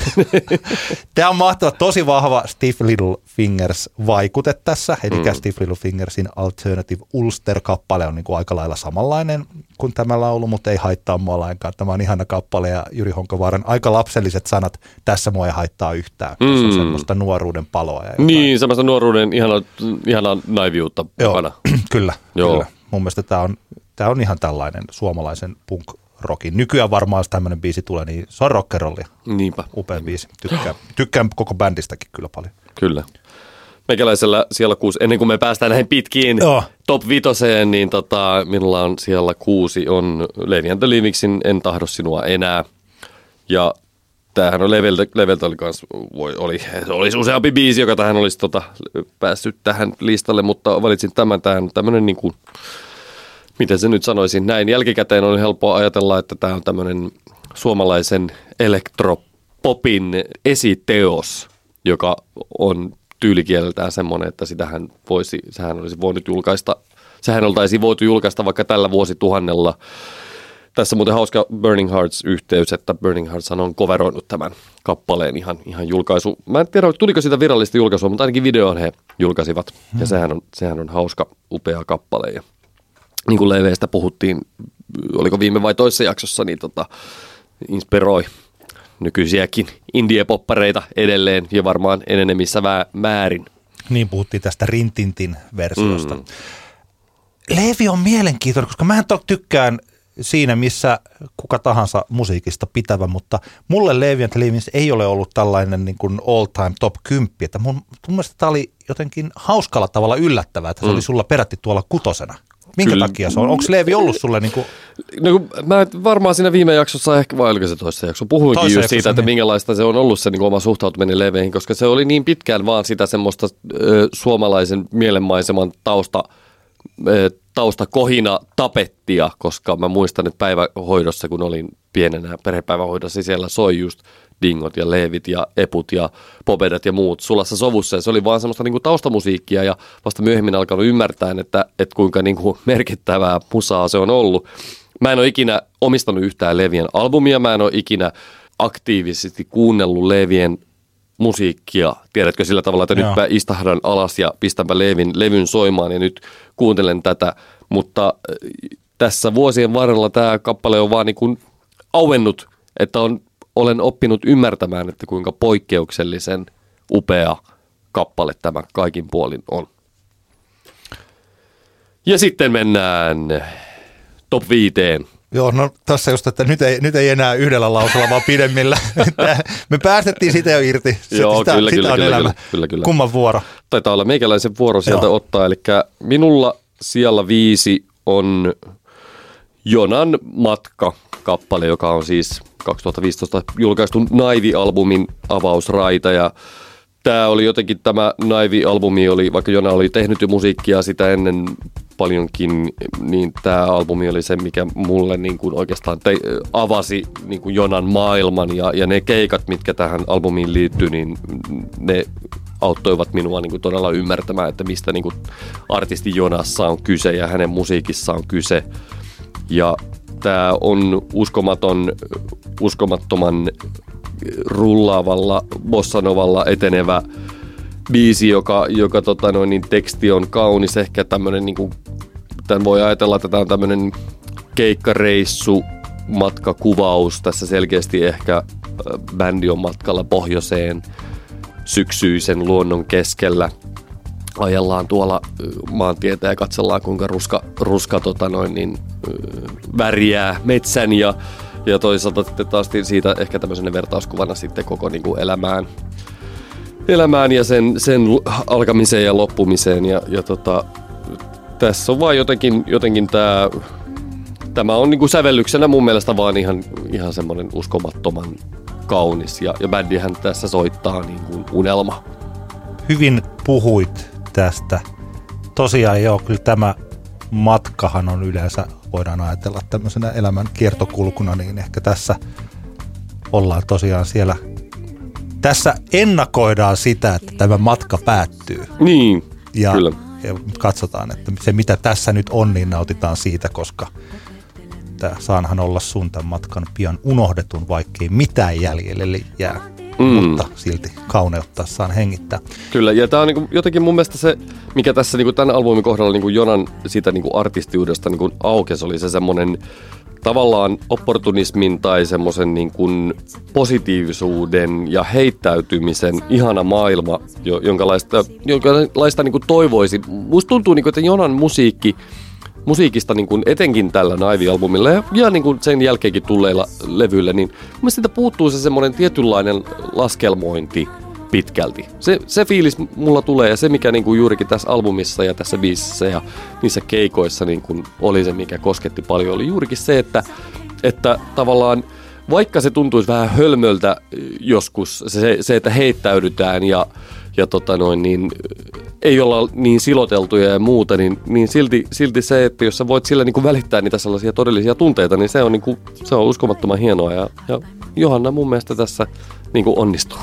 Tämä on mahtava, tosi vahva Stiff Little Fingers-vaikute tässä. Eli mm. Stiff Little Fingersin Alternative Ulster-kappale on niin kuin aika lailla samanlainen kuin tämä laulu, mutta ei haittaa mua lainkaan. Tämä on ihana kappale ja Jyri Honkavaaran aika lapselliset sanat tässä mua ei haittaa yhtään. Mm. Tässä on semmoista nuoruuden paloa. Ja jotain. Niin, semmoista nuoruuden ihana, ihana naiviutta mukana. Kyllä, Joo. kyllä. Mun mielestä tämä on, tämä on ihan tällainen suomalaisen punk-rockin. Nykyään varmaan, jos tämmöinen biisi tulee, niin se on rockerollia. Niinpä. Upea biisi. Tykkään, tykkään koko bändistäkin kyllä paljon. Kyllä. Meikäläisellä siellä kuusi, ennen kuin me päästään näihin pitkiin Joo. top vitoseen, niin tota, minulla on siellä kuusi, on Levi and the Livingsin En tahdo sinua enää. Ja tämähän on Leveltä, Leveltä oli kans, voi, oli, olisi useampi biisi, joka tähän olisi tota, päässyt tähän listalle, mutta valitsin tämän, tämä on tämmöinen niin kuin, miten se nyt sanoisin, näin jälkikäteen on helppoa ajatella, että tämä on tämmöinen suomalaisen elektropopin esiteos, joka on tyylikieleltään semmoinen, että sitähän voisi, sehän olisi voinut julkaista, sehän oltaisiin voitu julkaista vaikka tällä vuosituhannella. Tässä muuten hauska Burning Hearts-yhteys, että Burning Hearts on coveroinut tämän kappaleen ihan, ihan julkaisu. Mä en tiedä, tuliko sitä virallista julkaisua, mutta ainakin videon he julkaisivat. Hmm. Ja sehän on, sehän on hauska, upea kappale. Ja niin kuin Leveistä puhuttiin, oliko viime vai toisessa jaksossa, niin tota, inspiroi nykyisiäkin indie-poppareita edelleen ja varmaan enenemissä määrin. Niin puhuttiin tästä Rintintin versiosta. Mm. Levi on mielenkiintoinen, koska mä tykkään siinä, missä kuka tahansa musiikista pitävä, mutta mulle Levi and the Livings ei ole ollut tällainen niin kuin all time top kymmenen, että mun, mun mielestä tämä oli jotenkin hauskalla tavalla yllättävää, että se mm. oli sulla peräti tuolla kutosena. Minkä Kyllä. takia se on? Onko Levi ollut sulle niin kuin... No, mä varmaan siinä viime jaksossa, ehkä vai oliko se toisessa jaksossa, puhuinkin toisessa just siitä, että niin. minkälaista se on ollut se niin kuin oma suhtautuminen Leveihin, koska se oli niin pitkään vaan sitä semmoista ö, suomalaisen mielenmaiseman tausta, ö, taustakohina tapettia, koska mä muistan, että päivähoidossa, kun olin pienenä perhepäivähoidossa, niin siellä soi just Dingot ja Leevit ja Eput ja Popedat ja muut sulassa sovussa. Ja se oli vaan semmoista niin kuin taustamusiikkia ja vasta myöhemmin alkanut ymmärtää, että, että kuinka niin kuin merkittävää musaa se on ollut. Mä en ole ikinä omistanut yhtään Levien albumia, mä en ole ikinä aktiivisesti kuunnellut Levien musiikkia. Tiedätkö sillä tavalla, että Joo. nytpä istahdan alas ja pistänpä Levin, levyn soimaan ja nyt kuuntelen tätä. Mutta tässä vuosien varrella tämä kappale on vaan niin kuin auennut, että on olen oppinut ymmärtämään, että kuinka poikkeuksellisen upea kappale tämä kaikin puolin on. Ja sitten mennään top viiteen. Joo, no tässä just, että nyt ei, nyt ei enää yhdellä lausulla, vaan pidemmillä. Me päästettiin sitä jo irti. Joo, sitä, kyllä, sitä kyllä, on kyllä, elämä. kyllä, kyllä. Kumman vuoro? Taitaa olla meikäläisen vuoro sieltä Joo. ottaa. Eli minulla siellä viisi on Jonan matka kappale, joka on siis kaksituhattaviisitoista julkaistun Naivi-albumin avausraita ja tämä oli jotenkin, tämä Naivi-albumi oli, vaikka Jona oli tehnyt jo musiikkia sitä ennen paljonkin, niin tämä albumi oli se, mikä mulle niin kuin oikeastaan te, avasi niin kuin Jonan maailman ja, ja ne keikat, mitkä tähän albumiin liittyy, niin ne auttoivat minua niin kuin todella ymmärtämään, että mistä niin kuin artisti Jonassa on kyse ja hänen musiikissaan on kyse. Ja tämä on uskomaton, uskomattoman rullaavalla bossanovalla etenevä biisi, joka, joka tota noin, niin teksti on kaunis. Ehkä tämmönen, niin kuin, tämän voi ajatella, että tämä on tämmöinen keikkareissu, matkakuvaus. Tässä selkeästi ehkä äh, bändi on matkalla pohjoiseen syksyisen luonnon keskellä. Ajellaan tuolla maantietä ja katsellaan, kuinka ruska, ruska tota noin, niin, värjää metsän ja, ja toisaalta sitten taas siitä ehkä tämmöisenä vertauskuvana sitten koko niin kuin elämään, elämään ja sen, sen alkamiseen ja loppumiseen. Ja, ja tota, tässä on vaan jotenkin, jotenkin tämä, tämä on niin kuin sävellyksenä mun mielestä vaan ihan, ihan semmoinen uskomattoman kaunis ja, ja bändihän tässä soittaa niin kuin unelma. Hyvin puhuit tästä. Tosiaan joo, kyllä tämä matkahan on yleensä, voidaan ajatella tämmöisenä elämän kiertokulkuna, niin ehkä tässä ollaan tosiaan siellä. Tässä ennakoidaan sitä, että tämä matka päättyy. Niin, ja, kyllä. Ja katsotaan, että se mitä tässä nyt on, niin nautitaan siitä, koska tämä saanhan olla sun tämän matkan pian unohdetun, vaikkei mitään jäljelle jää. Mm. Mutta silti kauneuttaa saan hengittää. Kyllä, ja tämä on niinku jotenkin mun mielestä se, mikä tässä niinku tämän albumin kohdalla niinku Jonan siitä niinku artistiudesta niinku aukesi, oli se semmoinen tavallaan opportunismin tai semmoisen niinku positiivisuuden ja heittäytymisen ihana maailma, jonkalaista, jonkalaista niinku toivoisin. Musta tuntuu, niinku, että Jonan musiikki musiikista niin kuin etenkin tällä Naivi-albumilla ja, ja niin kuin sen jälkeenkin tulleilla levyillä, niin mun siitä puuttuu se semmoinen tietynlainen laskelmointi pitkälti. Se, se fiilis mulla tulee ja se, mikä niin kuin juurikin tässä albumissa ja tässä biisissä ja niissä keikoissa niin kuin oli se, mikä kosketti paljon, oli juurikin se, että, että tavallaan vaikka se tuntuisi vähän hölmöltä joskus, se, se että heittäydytään ja ja tota noin, niin, ei olla niin siloteltuja ja muuta, niin, niin silti, silti se, että jos sä voit sillä niin kuin välittää niitä sellaisia todellisia tunteita, niin se on, niin kuin, se on uskomattoman hienoa. Ja, ja Johanna mun mielestä tässä niin kuin onnistuu.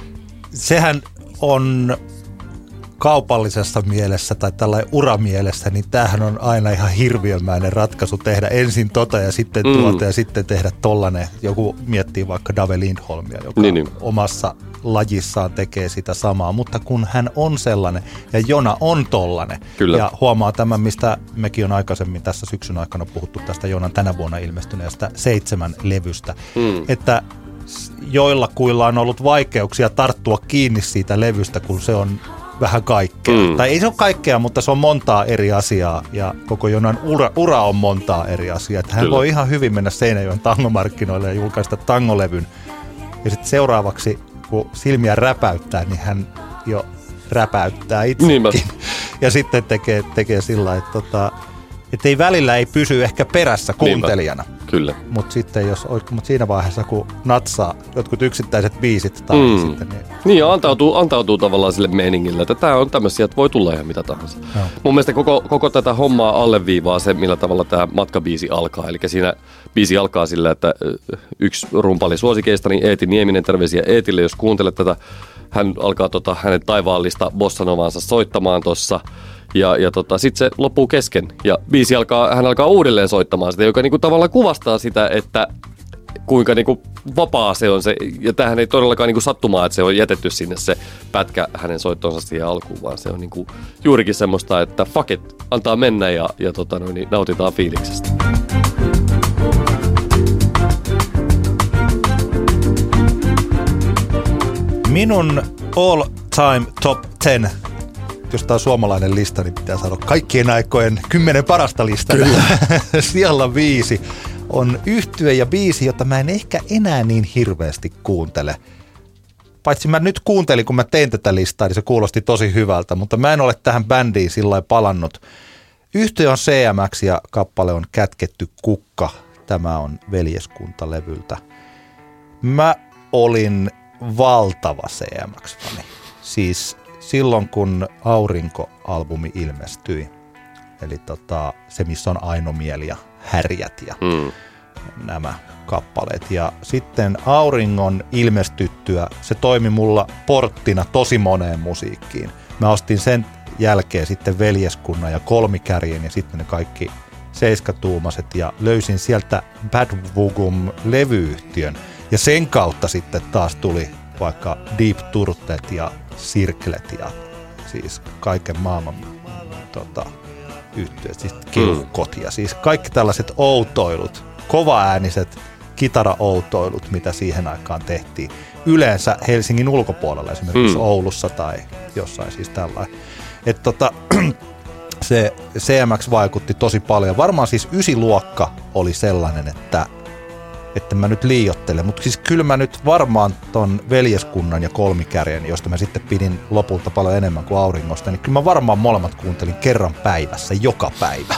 Sehän on kaupallisessa mielessä tai tällainen uramielessä, niin tämähän on aina ihan hirviömäinen ratkaisu tehdä ensin tota ja sitten mm. tuota ja sitten tehdä tollainen. Joku miettii vaikka Dave Lindholmia, joka niin, niin. omassa lajissaan tekee sitä samaa, mutta kun hän on sellainen ja Jona on tollainen. Kyllä. Ja huomaa tämän, mistä mekin on aikaisemmin tässä syksyn aikana puhuttu tästä Jonan tänä vuonna ilmestyneestä seitsemän levystä, mm. että joillakuilla on ollut vaikeuksia tarttua kiinni siitä levystä, kun se on vähän kaikkea. Mm. Tai ei se ole kaikkea, mutta se on montaa eri asiaa ja koko Jonan ura, ura on montaa eri asiaa. Että hän Kyllä. voi ihan hyvin mennä Seinäjoen tangomarkkinoille ja julkaista tangolevyn. Ja sitten seuraavaksi, kun silmiä räpäyttää, niin hän jo räpäyttää itsekin. Niinpä. Ja sitten tekee, tekee sillä, että tota, et ei välillä ei pysy ehkä perässä kuuntelijana. Niinpä. Kyllä. Mutta sitten jos, mut siinä vaiheessa, kun natsaa jotkut yksittäiset biisit tai mm. sitten... Niin, niin ja antautuu, antautuu tavallaan sille meiningille, että tämä on tämmöisiä, että voi tulla ihan mitä tahansa. No. Mun mielestä koko, koko tätä hommaa alleviivaa se, millä tavalla tämä matkabiisi alkaa. Eli siinä biisi alkaa sillä, että yksi rumpali suosikeista, niin Eeti Nieminen, terveisiä Eetille, jos kuuntelet tätä. Hän alkaa tota, hänen taivaallista bossanovansa soittamaan tuossa. Ja, ja tota, sitten se loppuu kesken ja biisi alkaa, hän alkaa uudelleen soittamaan sitä, joka niinku tavallaan kuvastaa sitä, että kuinka niinku vapaa se on se. Ja tämähän ei todellakaan niinku sattumaa, että se on jätetty sinne se pätkä hänen soittonsa siihen alkuun, vaan se on niinku juurikin semmoista, että fuck it, antaa mennä ja, ja tota noin, niin nautitaan fiiliksestä. Minun all time top ten. Jos tämä on suomalainen lista, niin pitää saada kaikkien aikojen kymmenen parasta listaa. Siellä viisi on yhtye ja biisi, jota mä en ehkä enää niin hirveästi kuuntele. Paitsi mä nyt kuuntelin, kun mä tein tätä listaa, niin se kuulosti tosi hyvältä, mutta mä en ole tähän bändiin sillä lailla palannut. Yhtye on C M X ja kappale on Kätketty kukka. Tämä on Veljeskunta-levyltä. Mä olin valtava C M X-fani. Siis silloin, kun Aurinko-albumi ilmestyi, eli tota, se, missä on Aino Mieli ja Härjät ja mm. nämä kappaleet. Ja sitten Auringon ilmestyttyä, se toimi mulla porttina tosi moneen musiikkiin. Mä ostin sen jälkeen sitten Veljeskunnan ja Kolmikärjen ja sitten ne kaikki seiskatuumaset ja löysin sieltä Bad Vugum-levyyhtiön. Ja sen kautta sitten taas tuli vaikka Deep Turtet ja Sirklet ja siis kaiken maailman tota, yhtyöt, siis keuhkot ja siis kaikki tällaiset outoilut, kovaääniset kitara-outoilut, mitä siihen aikaan tehtiin. Yleensä Helsingin ulkopuolella, esimerkiksi mm. Oulussa tai jossain siis tällainen. Että tota, se C M X vaikutti tosi paljon. Varmaan siis ysiluokka oli sellainen, että, että mä nyt liioittelen, mutta siis kyllä mä nyt varmaan ton Veljeskunnan ja Kolmikärjen, josta mä sitten pidin lopulta paljon enemmän kuin Auringosta, niin kyllä mä varmaan molemmat kuuntelin kerran päivässä, joka päivä.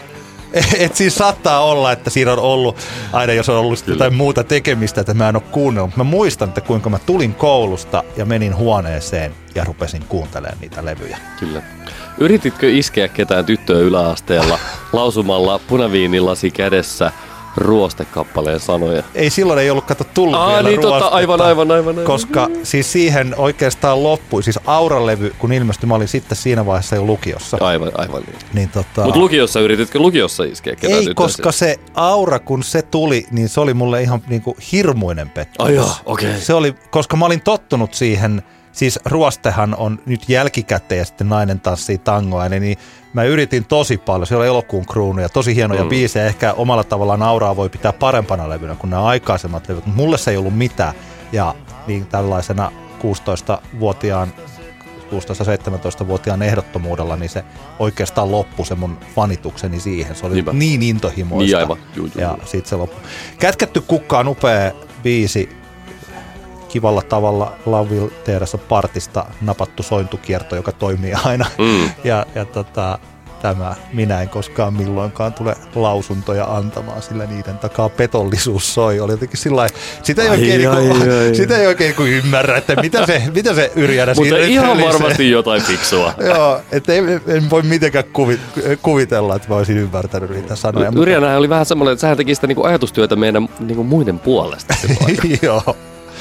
Et siis saattaa olla, että siinä on ollut, aina jos on ollut jotain muuta tekemistä, että mä en ole kuunnellut, mutta mä muistan, että kuinka mä tulin koulusta ja menin huoneeseen ja rupesin kuuntelemaan niitä levyjä. Kyllä. Yrititkö iskeä ketään tyttöä yläasteella lausumalla punaviinilasi kädessä ruostekappaleen sanoja? Ei, silloin ei ollut kato tullut Aa, vielä niin, totta, aivan, aivan, aivan, aivan. Koska siis siihen oikeastaan loppui, siis Aura-levy, kun ilmestyi, mä olin sitten siinä vaiheessa jo lukiossa. Aivan, aivan niin. niin tota... Mutta lukiossa, yrititkö lukiossa iskeä ketään Ei, tyttöä? koska se Aura, kun se tuli, niin se oli mulle ihan niinku hirmuinen pettymys. Ai joo, okei. Okay. Se oli, koska mä olin tottunut siihen. Siis ruostehan on nyt jälkikäteen ja sitten nainen tanssii tangoa, niin mä yritin tosi paljon. Siellä on Elokuun kruunuja, tosi hienoja mm. biisejä. Ehkä omalla tavallaan Auraa voi pitää parempana levynä kuin nämä aikaisemmat levyt, mutta mulle se ei ollut mitään. Ja niin tällaisena kuusitoistavuotiaan, kuusitoista-seitsemäntoistavuotiaan ehdottomuudella, niin se oikeastaan loppui se mun fanitukseni siihen. Se oli Niinpä. niin intohimoista. Niin aivan. Juu, juu, ja sitten se loppui. Kätketty kukka on upea biisi. Kivalla tavalla Laville tehdessä partista napattu sointukierto, joka toimii aina. Mm. Ja, ja tota, tämä minä en koskaan milloinkaan tule lausuntoja antamaan, sillä niiden takaa petollisuus soi. Oli jotenkin sillä sitä ei oikein, ai, niinku, ai, ai. Sitä ei oikein kuin ymmärrä, että mitä se, mitä se Yrjänä siinä. Mutta ihan varmasti se, jotain fiksua. Joo, että en, en voi mitenkään kuvi, kuvitella, että mä olisin ymmärtänyt niitä sanoja. Yrjänä oli vähän semmoinen, että sähän teki sitä niinku ajatustyötä meidän niinku muiden puolesta. Joo.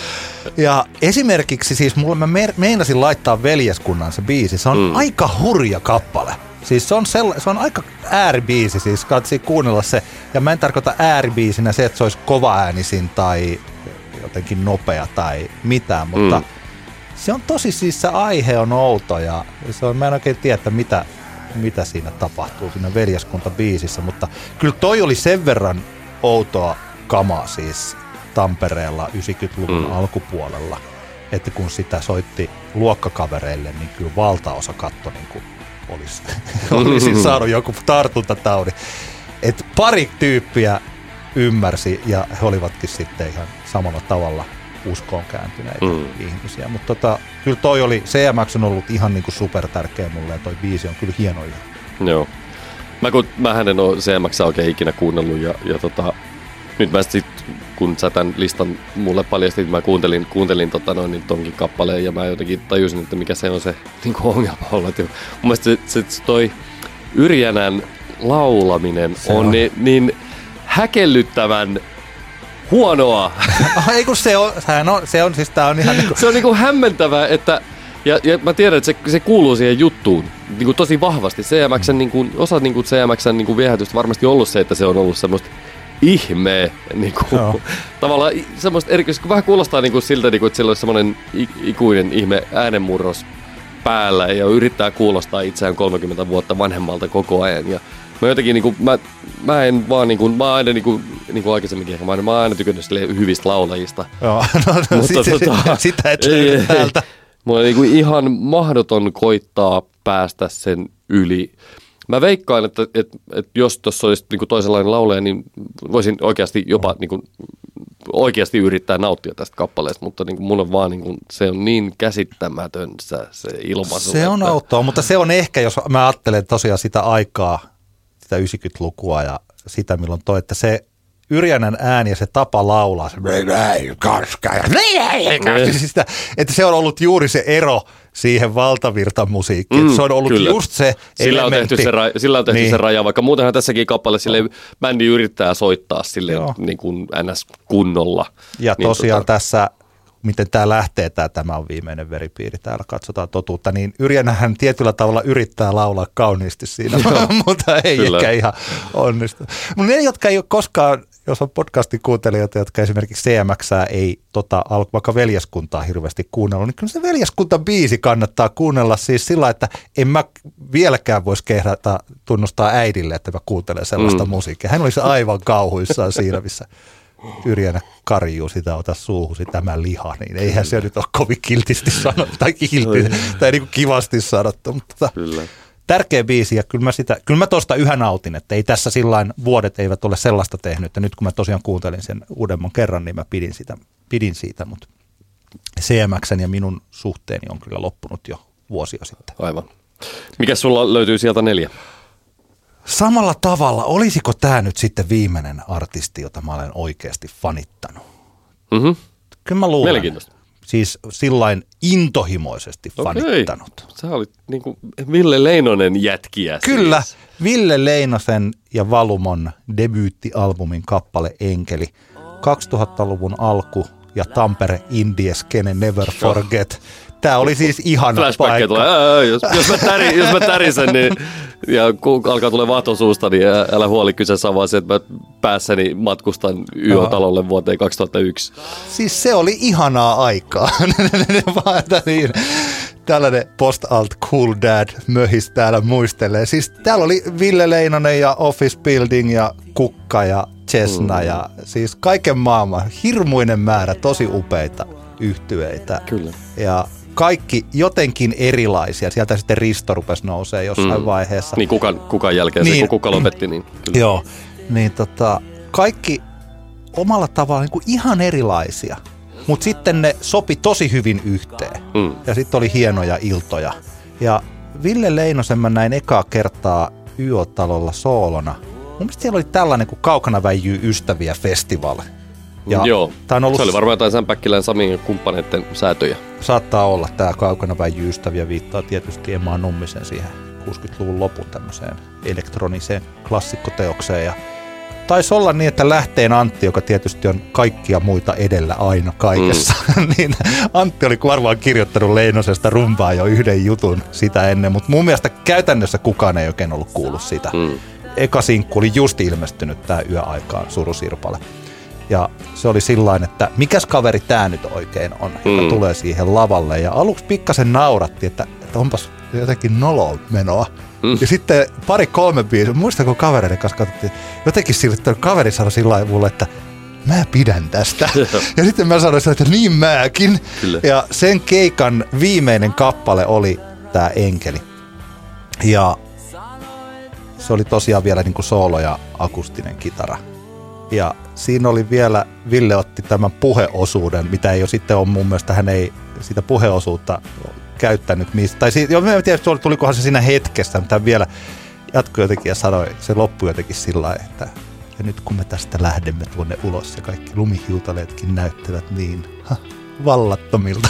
Ja esimerkiksi siis mulle mä meinasin laittaa Veljeskunnan se biisi. Se on mm. aika hurja kappale. Siis se on, sella, se on aika ääribiisi, siis katsi kuunnella se. Ja mä en tarkoita ääribiisinä se, että se olisi kovaäänisin tai jotenkin nopea tai mitään, mutta mm. se on tosi, siis se aihe on outo ja se on, mä en oikein tiedä, että mitä, mitä siinä tapahtuu siinä Veljeskunta-biisissä, mutta kyllä toi oli sen verran outoa kamaa siis Tampereella yhdeksänkymmentäluvun mm. alkupuolella, että kun sitä soitti luokkakavereille, niin kyllä valtaosa katto niin kuin olisi, olisi saanut joku tartuntataudi. Et pari tyyppiä ymmärsi ja he olivatkin sitten ihan samalla tavalla uskoon kääntyneitä mm. ihmisiä. Mutta tota, kyllä toi oli, C M X on ollut ihan niin kuin super tärkeä mulle ja toi biisi on kyllä hieno ihan. Joo. Mä kun, mähän en ole C M X oikein ikinä kuunnellut ja, ja tota, nyt mä sit, kun sä tämän listan mulle paljastit, mä kuuntelin, kuuntelin tota noin, niin tonkin kappaleen ja mä jotenkin tajusin, että mikä se on se niin kuin ongelma olla. Mun mielestä se, se, se toi Yrjänän laulaminen on, on. Niin, niin häkellyttävän huonoa. Ei kun se on, sehän on, se on siis tää on ihan niin kuin... Se on niin kuin hämmentävää, että ja, ja mä tiedän, että se, se kuuluu siihen juttuun niin kuin tosi vahvasti. C M X:n, niin kuin, osa niin kuin C M X:n niin kuin viehätystä varmasti ollut se, että se on ollut semmoista ihme, niin kuin, tavallaan semmoista erikoista, vähän kuulostaa niin kuin siltä, niin kuin, että sillä olisi semmoinen ikuinen ihme äänenmurros päällä ja yrittää kuulostaa itseään kolmekymmentä vuotta vanhemmalta koko ajan. Ja mä jotenkin, niin kuin, mä, mä en vaan, niin kuin, mä oon aina, niin kuin, niin kuin aikaisemminkin ehkä, mä oon aina tykännyt hyvistä laulajista. Joo, no, no mutta, sit, tota, sitä et löydy täältä. Mulla on niin kuin ihan mahdoton koittaa päästä sen yli. Mä veikkaan, että, että, että jos tuossa olisi niin kuin toisenlainen laulaja, niin voisin oikeasti jopa niin kuin, oikeasti yrittää nauttia tästä kappaleesta, mutta niin kuin mun on vaan, niin kuin, se on niin käsittämätön se, se ilmaisu. Se on autoa, mutta se on ehkä, jos mä ajattelen tosiaan sitä aikaa, sitä yhdeksänkymmentälukua ja sitä milloin toi, että se Yrjänän ääni ja se tapa laulaa, se, sitä, että se on ollut juuri se ero siihen valtavirtamusiikkiin. Mm, se on ollut kyllä. just se sillä elementti. On se raja, sillä on tehty niin. se raja, vaikka muutenhan tässäkin kappale sille bändi yrittää soittaa silleen niin kuin ns. Kunnolla. Ja niin tosiaan tota... tässä, miten tämä lähtee, tämä, tämä on viimeinen veripiiri, täällä katsotaan totuutta, niin Yrjänähän tietyllä tavalla yrittää laulaa kauniisti siinä, mutta ei kyllä. ehkä ihan onnistu. Mutta ne, jotka ei ole koskaan jos on podcastin kuuntelijoita, jotka esimerkiksi C M X:ää ei tota, vaikka veljeskuntaa hirveästi kuunnella, niin kyllä se veljeskunta-biisi kannattaa kuunnella siis sillä, että en mä vieläkään voisi kehdata tunnustaa äidille, että mä kuuntelen sellaista mm. musiikkia. Hän olisi aivan kauhuissaan siinä, missä Yrjänä karjuu sitä, ota suuhusi tämä liha, niin eihän se nyt ole kovin kiltisti sanottu, tai, kilti, tai niin kuin kivasti sanottu, mutta kyllä. Tärkeä biisi, ja kyllä mä, sitä, kyllä mä tosta yhä nautin, että ei tässä sillain vuodet eivät ole sellaista tehnyt, että nyt kun mä tosiaan kuuntelin sen uudemman kerran, niin mä pidin, sitä, pidin siitä, mutta C M X:n ja minun suhteeni on kyllä loppunut jo vuosia sitten. Aivan. Mikä sulla löytyy sieltä neljä? Samalla tavalla, olisiko tämä nyt sitten viimeinen artisti, jota mä olen oikeasti fanittanut? Mm-hmm. Kyllä mä luulen. Mielenkiintoista. Siis sillain intohimoisesti Okei. fanittanut. Sä olit niin kuin Ville Leinonen jätkiä. Kyllä, siis. Ville Leinosen ja Valumon debyyttialbumin kappale Enkeli. kaksituhattaluvun alku ja Tampere Indie-skene Never Forget. Tämä oli siis ihana Flashbackia paikka. Tulee. Ää, jos, jos, mä täri, jos mä tärisen, niin, ja kun alkaa tulee vaahto suusta, niin älä huoli, kyseessä on vaan se, että mä päässäni matkustan Y O-talolle vuoteen kaksituhattayksi. Siis se oli ihanaa aikaa. niin, tällainen post-alt cool dad möhis täällä muistelee. Siis täällä oli Ville Leinonen ja Office Building ja Kukka ja Chesna mm. ja siis kaiken maailman hirmuinen määrä tosi upeita yhtyeitä. Kyllä. Ja kaikki jotenkin erilaisia. Sieltä sitten Risto rupesi nousee jossain mm. vaiheessa. Niin kukan, kukan jälkeen niin, se, kun kuka lopetti. Niin kyllä. Joo, niin tota, kaikki omalla tavalla niin kuin ihan erilaisia. Mutta sitten ne sopi tosi hyvin yhteen. Mm. Ja sitten oli hienoja iltoja. Ja Ville Leinosen mä näin ekaa kertaa Y O-talolla soolona. Mun mielestä siellä oli tällainen kuin Kaukana väijyy ystäviä festival. Ja joo, on ollut, se oli varmaan jotain Sämpäkkilän Samin kumppaneiden säätöjä. Saattaa olla, tämä Kaukana väijyy ystäviä viittaa tietysti Emma Nummisen siihen kuusikymmentäluvun lopun tämmöiseen elektroniseen klassikkoteokseen. Ja taisi olla niin, että Lähteen Antti, joka tietysti on kaikkia muita edellä aina kaikessa, mm. niin Antti oli varmaan kirjoittanut Leinosesta rumpaa jo yhden jutun sitä ennen, mutta mun mielestä käytännössä kukaan ei oikein ollut kuullut sitä. Mm. Eka sinkku oli just ilmestynyt tämä Yöaikaan Surusirpale. Ja se oli sillain, että mikäs kaveri tämä nyt oikein on, joka mm. tulee siihen lavalle. Ja aluksi pikkasen nauratti, että, että onpas jotenkin noloa menoa. Mm. Ja sitten pari kolme biisiä, muistan kun kavereiden kanssa katsottiin, jotenkin sille, että kaveri sanoi sillä mulle, että mä pidän tästä. Ja sitten mä sanoin, että niin mäkin. Kyllä. Ja sen keikan viimeinen kappale oli tämä Enkeli. Ja se oli tosiaan vielä niin kuin soolo ja akustinen kitara. Ja siinä oli vielä, Ville otti tämän puheosuuden, mitä ei ole sitten ole mun mielestä, hän ei sitä puheosuutta käyttänyt mistä. Tai siitä, joo, en tiedä, tulikohan se siinä hetkessä, mutta hän vielä jatkoi jotenkin ja sanoi, se loppui jotenkin sillä lailla, että ja nyt kun me tästä lähdemme tuonne ulos ja kaikki lumihiutaleetkin näyttävät niin ha, vallattomilta.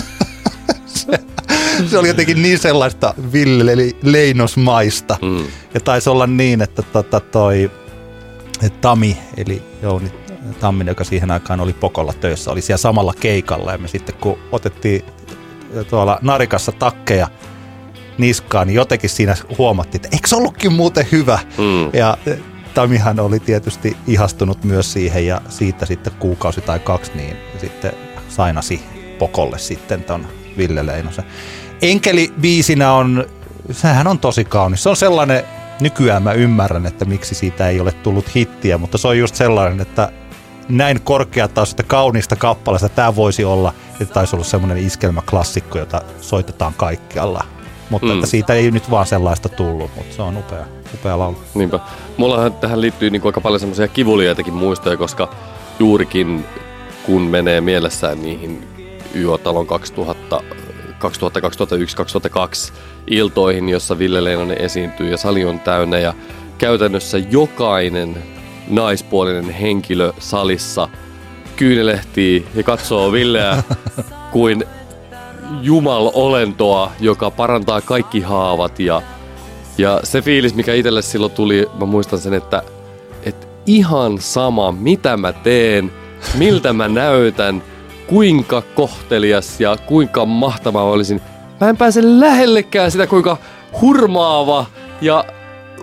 se, se oli jotenkin niin sellaista Ville Leinosmaista. Mm. Ja taisi olla niin, että tota toi Tami, eli Jouni Tamminen, joka siihen aikaan oli Pokolla töissä, oli siellä samalla keikalla. Ja me sitten kun otettiin tuolla narikassa takkeja niskaan, niin jotenkin siinä huomattiin, että eikö se ollutkin muuten hyvä? Mm. Ja Tamihan oli tietysti ihastunut myös siihen ja siitä sitten kuukausi tai kaksi, niin sitten sainasi Pokolle sitten ton Ville Leinosen. Enkeli-biisinä on, sehän on tosi kaunis. Se on sellainen, nykyään mä ymmärrän, että miksi siitä ei ole tullut hittiä, mutta se on just sellainen, että näin korkeatasoista kauniista kappaleesta tämä voisi olla, että taisi olla semmoinen iskelmäklassikko, jota soitetaan kaikkialla. Mutta mm. että siitä ei nyt vaan sellaista tullut, mutta se on upea, upea laulu. Niinpä. Mullahan tähän liittyy niin kuin aika paljon semmoisia kivuliaitakin muistoja, koska juurikin kun menee mielessään niihin Y O-talon kaksituhatta, kaksituhatta, kaksituhattayksi, kaksituhattakaksi iltoihin, jossa Ville Leinonen esiintyy ja sali on täynnä ja käytännössä jokainen naispuolinen henkilö salissa kyynelehtii ja katsoo Villeä kuin jumal-olentoa, joka parantaa kaikki haavat. Ja, ja se fiilis, mikä itselle silloin tuli, mä muistan sen, että, että ihan sama, mitä mä teen, miltä mä näytän, kuinka kohtelias ja kuinka mahtava olisin. Mä en pääse lähellekään sitä, kuinka hurmaava ja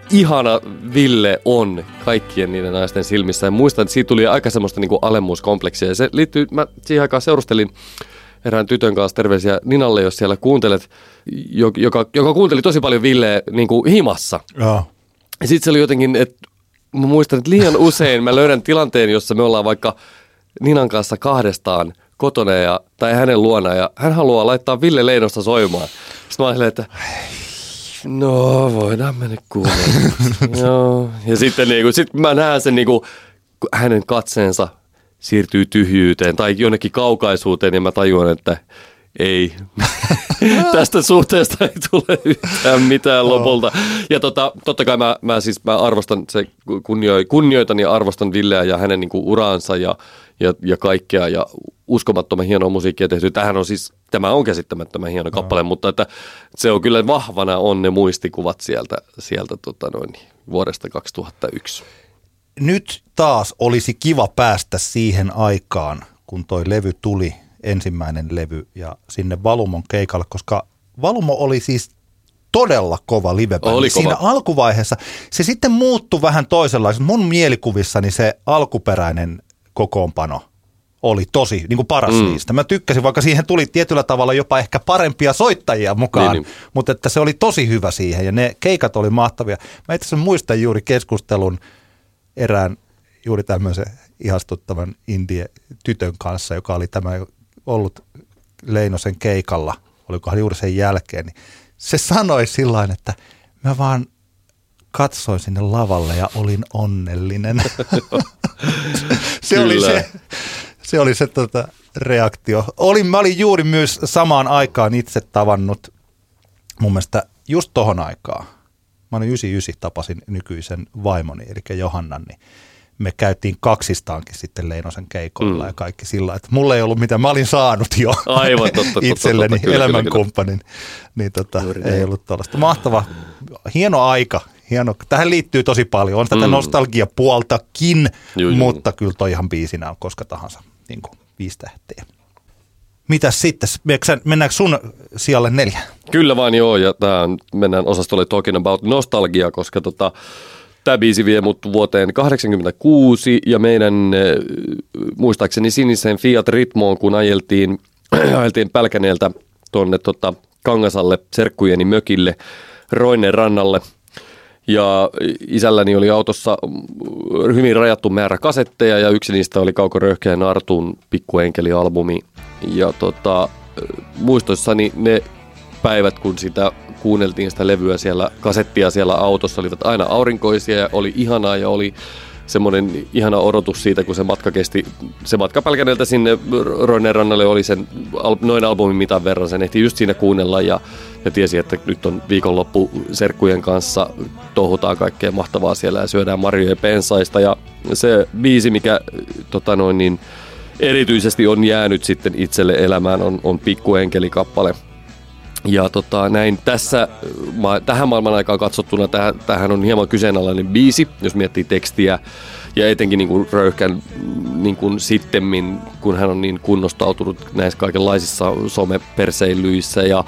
ihana Ville on kaikkien niiden naisten silmissä. Ja muistan, että siitä tuli aika semmoista niin kuin alemmuuskompleksia. Ja se liittyy, mä siihen aikaan seurustelin erään tytön kanssa, terveisiä Ninalle, jos siellä kuuntelet, joka, joka kuunteli tosi paljon Villeä niin kuin himassa. Ja, ja sitten se oli jotenkin, että mä muistan, että liian usein mä löydän tilanteen, jossa me ollaan vaikka Ninan kanssa kahdestaan kotona ja, tai hänen luona ja hän haluaa laittaa Ville Leinosta soimaan. Sitten mä ajattelin, että no voidaan mennä kuulemaan. Joo. Ja sitten niin kuin, sit mä näen sen niin kuin, hänen katseensa siirtyy tyhjyyteen tai jonnekin kaukaisuuteen ja mä tajuan, että ei, tästä suhteesta ei tule yhtään mitään lopulta. Ja tota, totta kai mä, mä, siis, mä arvostan se, kunnio, kunnioitan ja arvostan Villeä ja hänen niin kuin uraansa ja, ja, ja kaikkea ja uskomattoman hienoa musiikkia tehty. Tämähän on siis, tämä on käsittämättömän hieno kappale, no. Mutta että se on kyllä vahvana on ne muistikuvat sieltä, sieltä tota noin, vuodesta kaksituhattayksi. Nyt taas olisi kiva päästä siihen aikaan, kun toi levy tuli, ensimmäinen levy, ja sinne Valumon keikalle, koska Valumo oli siis todella kova livebändi. Siinä kova. Alkuvaiheessa se sitten muuttui vähän toisenlaisen. Mun mielikuvissani se alkuperäinen kokoonpano oli tosi niin kuin paras mm. niistä. Mä tykkäsin, vaikka siihen tuli tietyllä tavalla jopa ehkä parempia soittajia mukaan, niin, niin. Mutta että se oli tosi hyvä siihen ja ne keikat oli mahtavia. Mä itse asiassa muistan juuri keskustelun erään juuri tämmöisen ihastuttavan indie-tytön kanssa, joka oli tämä ollut Leinosen keikalla, olikohan juuri sen jälkeen, niin se sanoi sillain, että mä vaan katsoin sinne lavalle ja olin onnellinen. se, oli se, se oli se tota, reaktio. Olin, mä olin juuri myös samaan aikaan itse tavannut, mun mielestä just tohon aikaan. Mä olin yhdeksänkymmentäyhdeksän, tapasin nykyisen vaimoni, eli Johannan, niin me käytiin kaksistaankin sitten Leinosen keikoilla mm. ja kaikki sillä, että mulla ei ollut mitään, mä olin saanut jo Aivan, totta, totta, itselleni totta, kyllä, elämänkumppanin, niin tota, ei ollut tuollaista. Mahtava, hieno aika, hieno. Tähän liittyy tosi paljon, on tätä mm. nostalgiapuoltakin, juu, mutta juu. Kyllä toi ihan biisinä on koska tahansa, niin kuin viisi tähteä. Mitäs sitten, mennäänkö sun sijalle neljä? Kyllä vaan joo, ja tähän mennään osastolle Talking About Nostalgia, koska tota tämä biisi vie mut vuoteen kahdeksankymmentäkuusi ja meidän muistaakseni siniseen Fiat Ritmoon, kun ajeltiin, ajeltiin Pälkäneeltä tuonne tota, Kangasalle serkkujeni mökille Roinen rannalle. Ja isälläni oli autossa hyvin rajattu määrä kasetteja ja yksi niistä oli Kauko Röyhkeän Artun Pikkuenkeli-albumi. Ja tota, muistoissani ne päivät, kun sitä kuunneltiin sitä levyä siellä, kasettia siellä autossa, olivat aina aurinkoisia ja oli ihanaa ja oli semmoinen ihana odotus siitä, kun se matka kesti, se matka Pälkäneeltä sinne Roinen rannalle oli sen noin albumin mitan verran, sen ehti just siinä kuunnella ja, ja tiesi, että nyt on viikonloppu serkkujen kanssa, touhutaan kaikkea mahtavaa siellä ja syödään marjojen pensaista ja se biisi, mikä tota noin niin, erityisesti on jäänyt sitten itselle elämään, on, on Pikkuenkeli-kappale. Ja tota, näin tässä, ma, tähän maailman aikaan katsottuna, tähän, tähän on hieman kyseenalainen biisi, jos miettii tekstiä. Ja etenkin niin kuin Röyhkän niin kuin sittemmin, kun hän on niin kunnostautunut näissä kaikenlaisissa someperseilyissä ja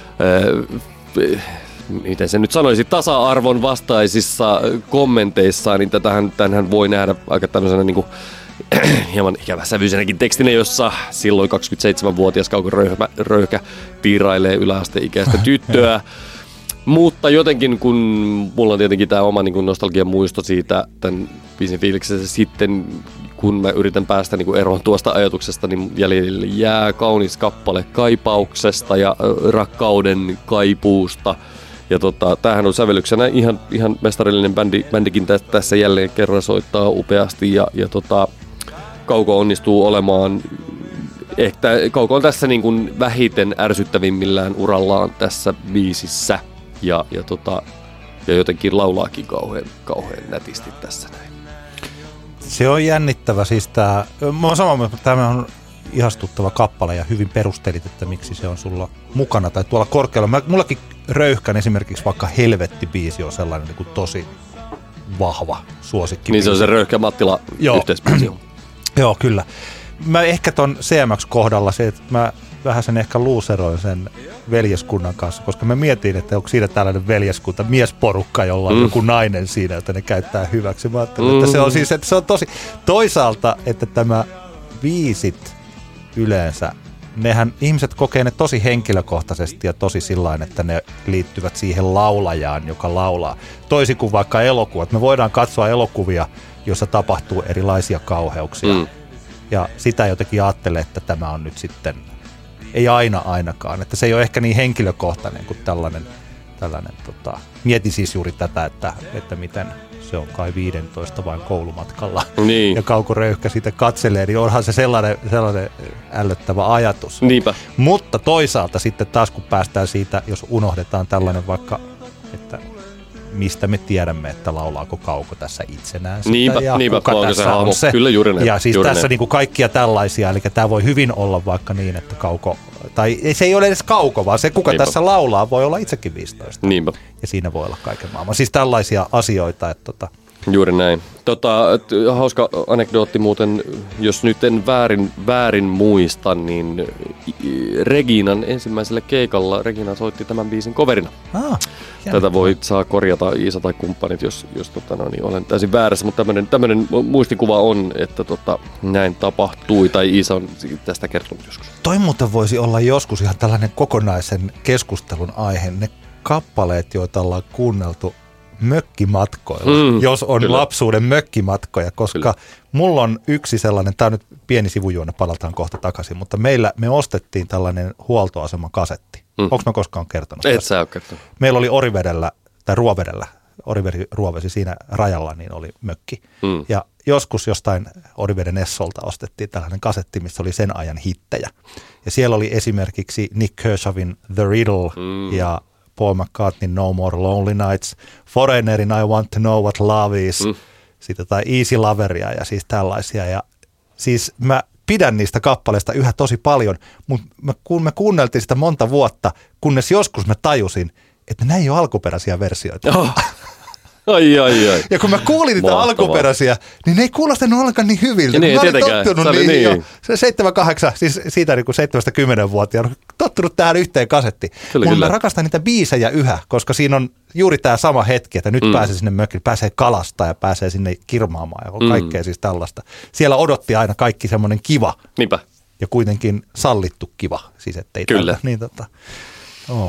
äh, miten se nyt sanoisi, tasa-arvon vastaisissa kommenteissaan, niin tätähän, tämänhän voi nähdä aika tämmöisenä niin kuin hieman ikäväsävyisenäkin tekstinä, jossa silloin kaksikymmentäseitsemänvuotias Kauko Röyhkä, Röyhkä tiirailee yläasteikäistä tyttöä. Mutta jotenkin, kun mulla on tietenkin tämä oma niin nostalgian muisto siitä tämän biisin fiiliksessä sitten, kun mä yritän päästä niin eroon tuosta ajatuksesta, niin jäljelle jää kaunis kappale kaipauksesta ja rakkauden kaipuusta. Ja tota, tämähän on sävellyksenä ihan, ihan mestarillinen bändi, bändikin tässä jälleen kerran soittaa upeasti ja, ja tota, Kauko onnistuu olemaan, ehkä Kauko on tässä niin kuin vähiten ärsyttävimmillään urallaan tässä biisissä ja, ja, tota, ja jotenkin laulaakin kauhean, kauhean nätisti tässä näin. Se on jännittävä, siis tämä, mä oon samaa mieltä, tämä on ihastuttava kappale ja hyvin perustelit, että miksi se on sulla mukana tai tuolla korkealla. Mä, mullakin Röyhkän esimerkiksi vaikka Helvetti-biisi on sellainen niin kuin tosi vahva suosikki. Niin se on se Röyhkä Mattila yhteisbiisi. Joo, kyllä. Mä ehkä ton C M X-kohdalla se, että mä vähän sen ehkä luuseroin sen veljeskunnan kanssa, koska mä mietin, että onko siinä tällainen veljeskunta, miesporukka, jolla on mm. joku nainen siinä, jota ne käyttää hyväksi. Mä ajattelin, mm. että se on siis, että se on tosi, toisaalta, että tämä biisit yleensä, nehän ihmiset kokee ne tosi henkilökohtaisesti ja tosi sillain, että ne liittyvät siihen laulajaan, joka laulaa. Toisin kuin vaikka elokuvat. Me voidaan katsoa elokuvia, jossa tapahtuu erilaisia kauheuksia. Mm. Ja sitä jotenkin ajattelee, että tämä on nyt sitten, ei aina ainakaan. Että se ei ole ehkä niin henkilökohtainen kuin tällainen, tällainen tota, mietin siis juuri tätä, että, että miten se on kai viisitoista vain koulumatkalla. Niin. Ja Kauko Röyhkä siitä katselee, niin onhan se sellainen, sellainen ällöttävä ajatus. Niinpä. Mutta toisaalta sitten taas kun päästään siitä, jos unohdetaan tällainen vaikka, että mistä me tiedämme, että laulaako Kauko tässä itsenään sitä niinpä, ja niinpä, kuka tässä on se. Kyllä juuri näin. Ja siis juuri tässä näin. Niin kuin kaikkia tällaisia, eli tämä voi hyvin olla vaikka niin, että Kauko, tai se ei ole edes Kauko, vaan se kuka niinpä. Tässä laulaa voi olla itsekin viisitoista. Niinpä. Ja siinä voi olla kaiken maailman. Siis tällaisia asioita, että tota, juuri näin. Tota, hauska anekdootti muuten, jos nyt en väärin, väärin muista, niin Reginan ensimmäisellä keikalla Regina soitti tämän biisin coverina. Ah, Tätä voi saa korjata Iisa tai kumppanit, jos, jos tota, no, niin olen täysin väärässä, mutta tämmöinen muistikuva on, että tota, näin tapahtui, tai Iisa on tästä kertonut joskus. Toi muuten voisi olla joskus ihan tällainen kokonaisen keskustelun aihe, ne kappaleet, joita ollaan kuunneltu mökkimatkoilla, mm, jos on kyllä. lapsuuden mökkimatkoja, koska kyllä. mulla on yksi sellainen, tämä on nyt pieni sivujuone, palataan kohta takaisin, mutta meillä me ostettiin tällainen huoltoaseman kasetti. Mm. Onko mä koskaan kertonut? Et sä ole kertonut. Meillä oli Orivedellä, tai Ruovedellä, Oriveri Ruovesi siinä rajalla, niin oli mökki. Mm. Ja joskus jostain Oriveden Essolta ostettiin tällainen kasetti, missä oli sen ajan hittejä. Ja siellä oli esimerkiksi Nick Kershawin The Riddle mm. ja Paul McCartneyn No More Lonely Nights, Foreignerin I Want to Know What Love Is, mm. sitten tai Easy Loveria ja siis tällaisia. Ja siis mä pidän niistä kappaleista yhä tosi paljon, mutta mä, kun me kuunneltiin sitä monta vuotta, kunnes joskus mä tajusin, että nämä ei ole alkuperäisiä versioita. Oh. Ai, ai, ai. Ja kun mä kuulin niitä Mahtavaa. alkuperäisiä, niin ne ei kuulostanut ollenkaan niin hyviltä. Niin, mä olin tietenkään. tottunut niin, niihin niin. jo. Se seitsemän kahdeksan, siis siitä niin kuin seitsemästä kymmenenvuotiaana, tottunut tähän yhteen kasetti. Kyllä, Mun kyllä. Mä rakastan niitä biisejä yhä, koska siinä on juuri tämä sama hetki, että nyt mm. pääsee sinne mökille, pääsee kalastaa ja pääsee sinne kirmaamaan ja kaikkea mm. siis tällaista. Siellä odotti aina kaikki semmoinen kiva. Niinpä. Ja kuitenkin sallittu kiva. Siis ettei kyllä. Tällä, niin tota, oh,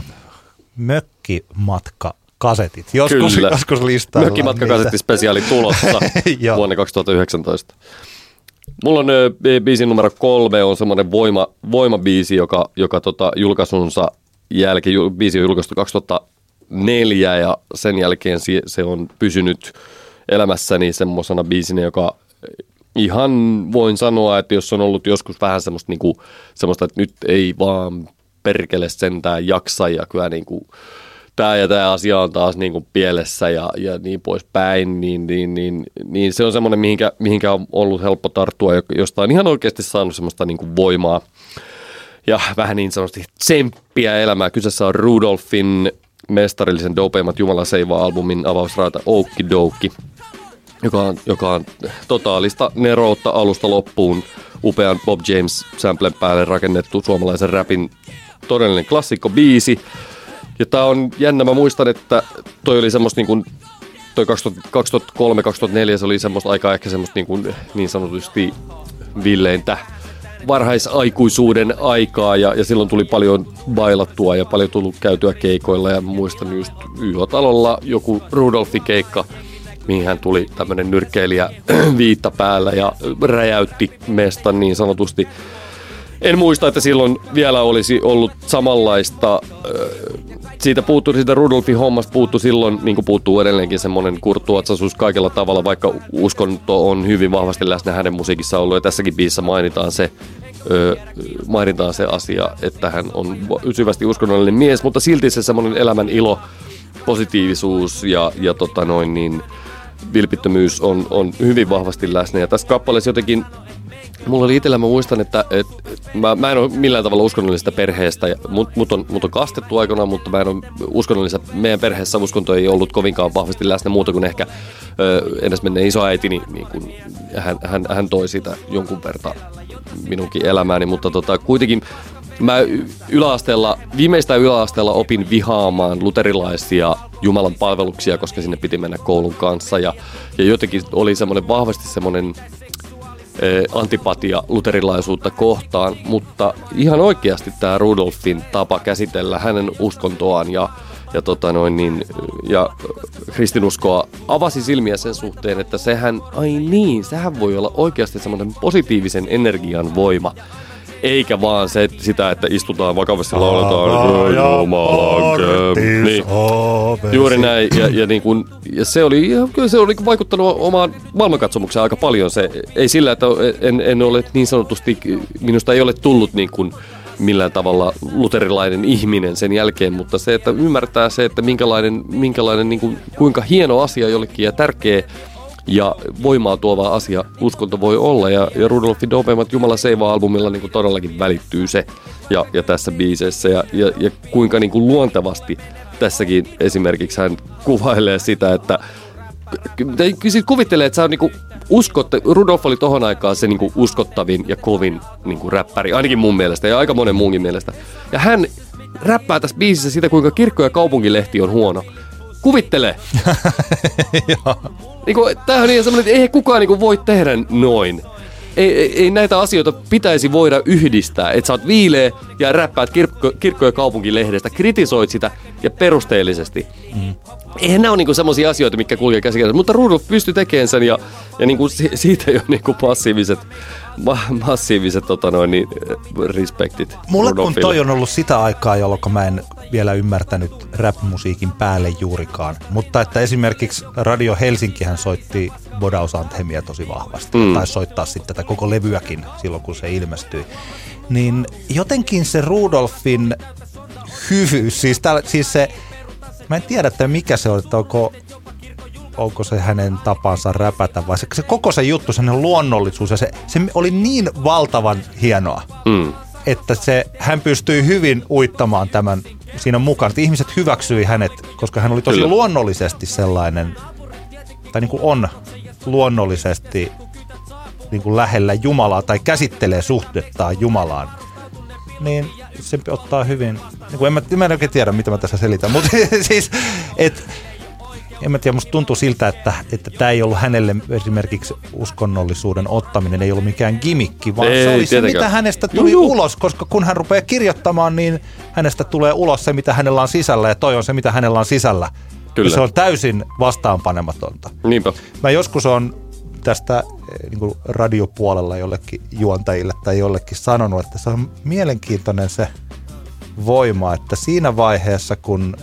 mökkimatka. Kasetit. Joskus, joskus listaillaan. Mökkimatkakasettispesiaali tulossa vuonna kaksituhattayhdeksäntoista. Mulla on ö, biisin numero kolme, on semmoinen voima, voimabiisi, joka, joka tota, julkaisunsa jälkeen, biisi on julkaistu kaksituhattaneljä ja sen jälkeen se, se on pysynyt elämässäni semmoisena biisinä, joka ihan voin sanoa, että jos on ollut joskus vähän semmoista, niin kuin, semmoista että nyt ei vaan perkele sentään jaksa ja kyllä niin kuin tämä ja tämä asia on taas niin kuin pielessä ja, ja niin poispäin, niin, niin, niin, niin se on semmoinen, mihinkä, mihinkä on ollut helppo tarttua, josta on ihan oikeasti saanut semmoista niin kuin voimaa ja vähän niin sanotusti tsemppiä elämää. Kyseessä on Rudolphin mestarillisen Dopeimmat Jumalan seivaa-albumin avausraata Okidoki, joka on, joka on totaalista neroutta alusta loppuun, upean Bob James-samplen päälle rakennettu suomalaisen rapin todellinen klassikko-biisi. Ja tää on jännä, mä muistan, että toi oli semmoista niin kuin, toi kaksituhattakolme kaksituhattaneljä se oli semmoista aikaa ehkä semmoista niin kuin niin sanotusti villeintä varhaisaikuisuuden aikaa ja, ja silloin tuli paljon bailattua ja paljon tullut käytyä keikoilla ja muistan just Y H-talolla joku Rudolfi-keikka, mihin hän tuli tämmönen nyrkkeilijä viitta päällä ja räjäytti mestan niin sanotusti. En muista, että silloin vielä olisi ollut samanlaista, siitä puuttui, siitä Rudolfin hommasta puuttui silloin, niin kuin puuttuu edelleenkin semmoinen kurttuotsaisuus kaikella tavalla, vaikka uskonto on hyvin vahvasti läsnä hänen musiikissa ollut, ja tässäkin biisissä mainitaan se, mainitaan se asia, että hän on syvästi uskonnollinen mies, mutta silti se semmoinen elämän ilo, positiivisuus ja, ja tota noin niin, vilpittömyys on, on hyvin vahvasti läsnä, ja tässä kappaleessa jotenkin mulla oli itsellä, mä muistan, että et, mä, mä en ole millään tavalla uskonnollisesta perheestä, mut, mut, on, mut on kastettu aikana, mutta mä en ole uskonnollisessa, meidän perheessä uskonto ei ollut kovinkaan vahvasti läsnä muuta kuin ehkä ö, edes menneen isoäitini, niin kun hän, hän, hän toi sitä jonkun verran minunkin elämääni, mutta tota, kuitenkin mä yläasteella, viimeistään yläasteella opin vihaamaan luterilaisia Jumalan palveluksia, koska sinne piti mennä koulun kanssa. Ja, ja jotenkin oli semmoinen vahvasti semmoinen eh, antipatia luterilaisuutta kohtaan. Mutta ihan oikeasti tämä Rudolfin tapa käsitellä hänen uskontoaan ja, ja, tota noin niin, ja kristinuskoa avasi silmiä sen suhteen, että sehän, ai niin, sehän voi olla oikeasti semmoinen positiivisen energian voima. Eikä vaan se, sitä, että istutaan vakavasti, lauletaan Jumalan niin, juuri näin. Ja, ja, niin kun, ja se oli, kyllä se oli vaikuttanut omaan maailmankatsomukseen aika paljon. Se, ei sillä, että en, en ole niin sanotusti, minusta ei ole tullut niin kuin millään tavalla luterilainen ihminen sen jälkeen, mutta se, että ymmärtää se, että minkälainen, minkälainen niin kuin, kuinka hieno asia jollekin ja tärkeä ja voimaa tuova asia uskonto voi olla. Ja, ja Rudolfin Dopemat Jumala Seiva-albumilla niin kuin todellakin välittyy se ja, ja tässä biiseissä. Ja, ja, ja kuinka niin kuin luontevasti tässäkin esimerkiksi hän kuvailee sitä, että kyllä kuvittelee, että sä on niin kuin uskotta, Rudolf oli tohon aikaan se niin kuin uskottavin ja kovin niin kuin räppäri, ainakin mun mielestä ja aika monen muunkin mielestä. Ja hän räppää tässä biisissä sitä, kuinka Kirkko- ja kaupunkilehti on huono. Kuvittele. niin kuin, tämähän on ihan semmoinen, että eihän kukaan niin kuin voi tehdä noin. Ei, ei, ei näitä asioita pitäisi voida yhdistää. Että sä oot viileä ja räppäät kirkko, kirkko- ja kaupunkilehdestä, kritisoit sitä ja perusteellisesti. Mm. Eihän nämä ole niinku semmoisia asioita, mitkä kulkee käsikädessä. Mutta Rudolf pystyi tekemään sen ja, ja niinku siitä jo niinku massiiviset, ma, massiiviset tota noin, niin, respektit. Mulle kun toi on ollut sitä aikaa, jolloin mä en vielä ymmärtänyt rap-musiikin päälle juurikaan. Mutta että esimerkiksi Radio Helsinkihän soitti Bodaus Anthemia tosi vahvasti. Mm. Tai soittaa sitten tätä koko levyäkin silloin, kun se ilmestyi. Niin jotenkin se Rudolfin hyvyys, siis, täällä, siis se... Mä en tiedä, että mikä se on, että onko, onko se hänen tapansa räpätä, vai se, se koko se juttu, sen luonnollisuus, ja se, se oli niin valtavan hienoa, mm. että se, hän pystyi hyvin uittamaan tämän siinä mukaan, että ihmiset hyväksyi hänet, koska hän oli tosi Kyllä. luonnollisesti sellainen, tai niin kuin on luonnollisesti niin kuin lähellä Jumalaa, tai käsittelee suhdettaan Jumalaan. Niin se ottaa hyvin, niin kuin en, mä, mä en oikein tiedä, mitä mä tässä selitän, mutta siis, että en mä tiedä, musta tuntuu siltä, että että tämä ei ollut hänelle esimerkiksi uskonnollisuuden ottaminen, ei ollut mikään gimikki, vaan ei, se oli se, mitä hänestä tuli Juhu. ulos, koska kun hän rupeaa kirjoittamaan, niin hänestä tulee ulos se, mitä hänellä on sisällä, ja toi on se, mitä hänellä on sisällä. Kyllä. Ja se on täysin vastaanpanematonta. Niinpä. Mä joskus on tästä niin kuin radiopuolella jollekin juontajille tai jollekin sanonut, että se on mielenkiintoinen se voima, että siinä vaiheessa kun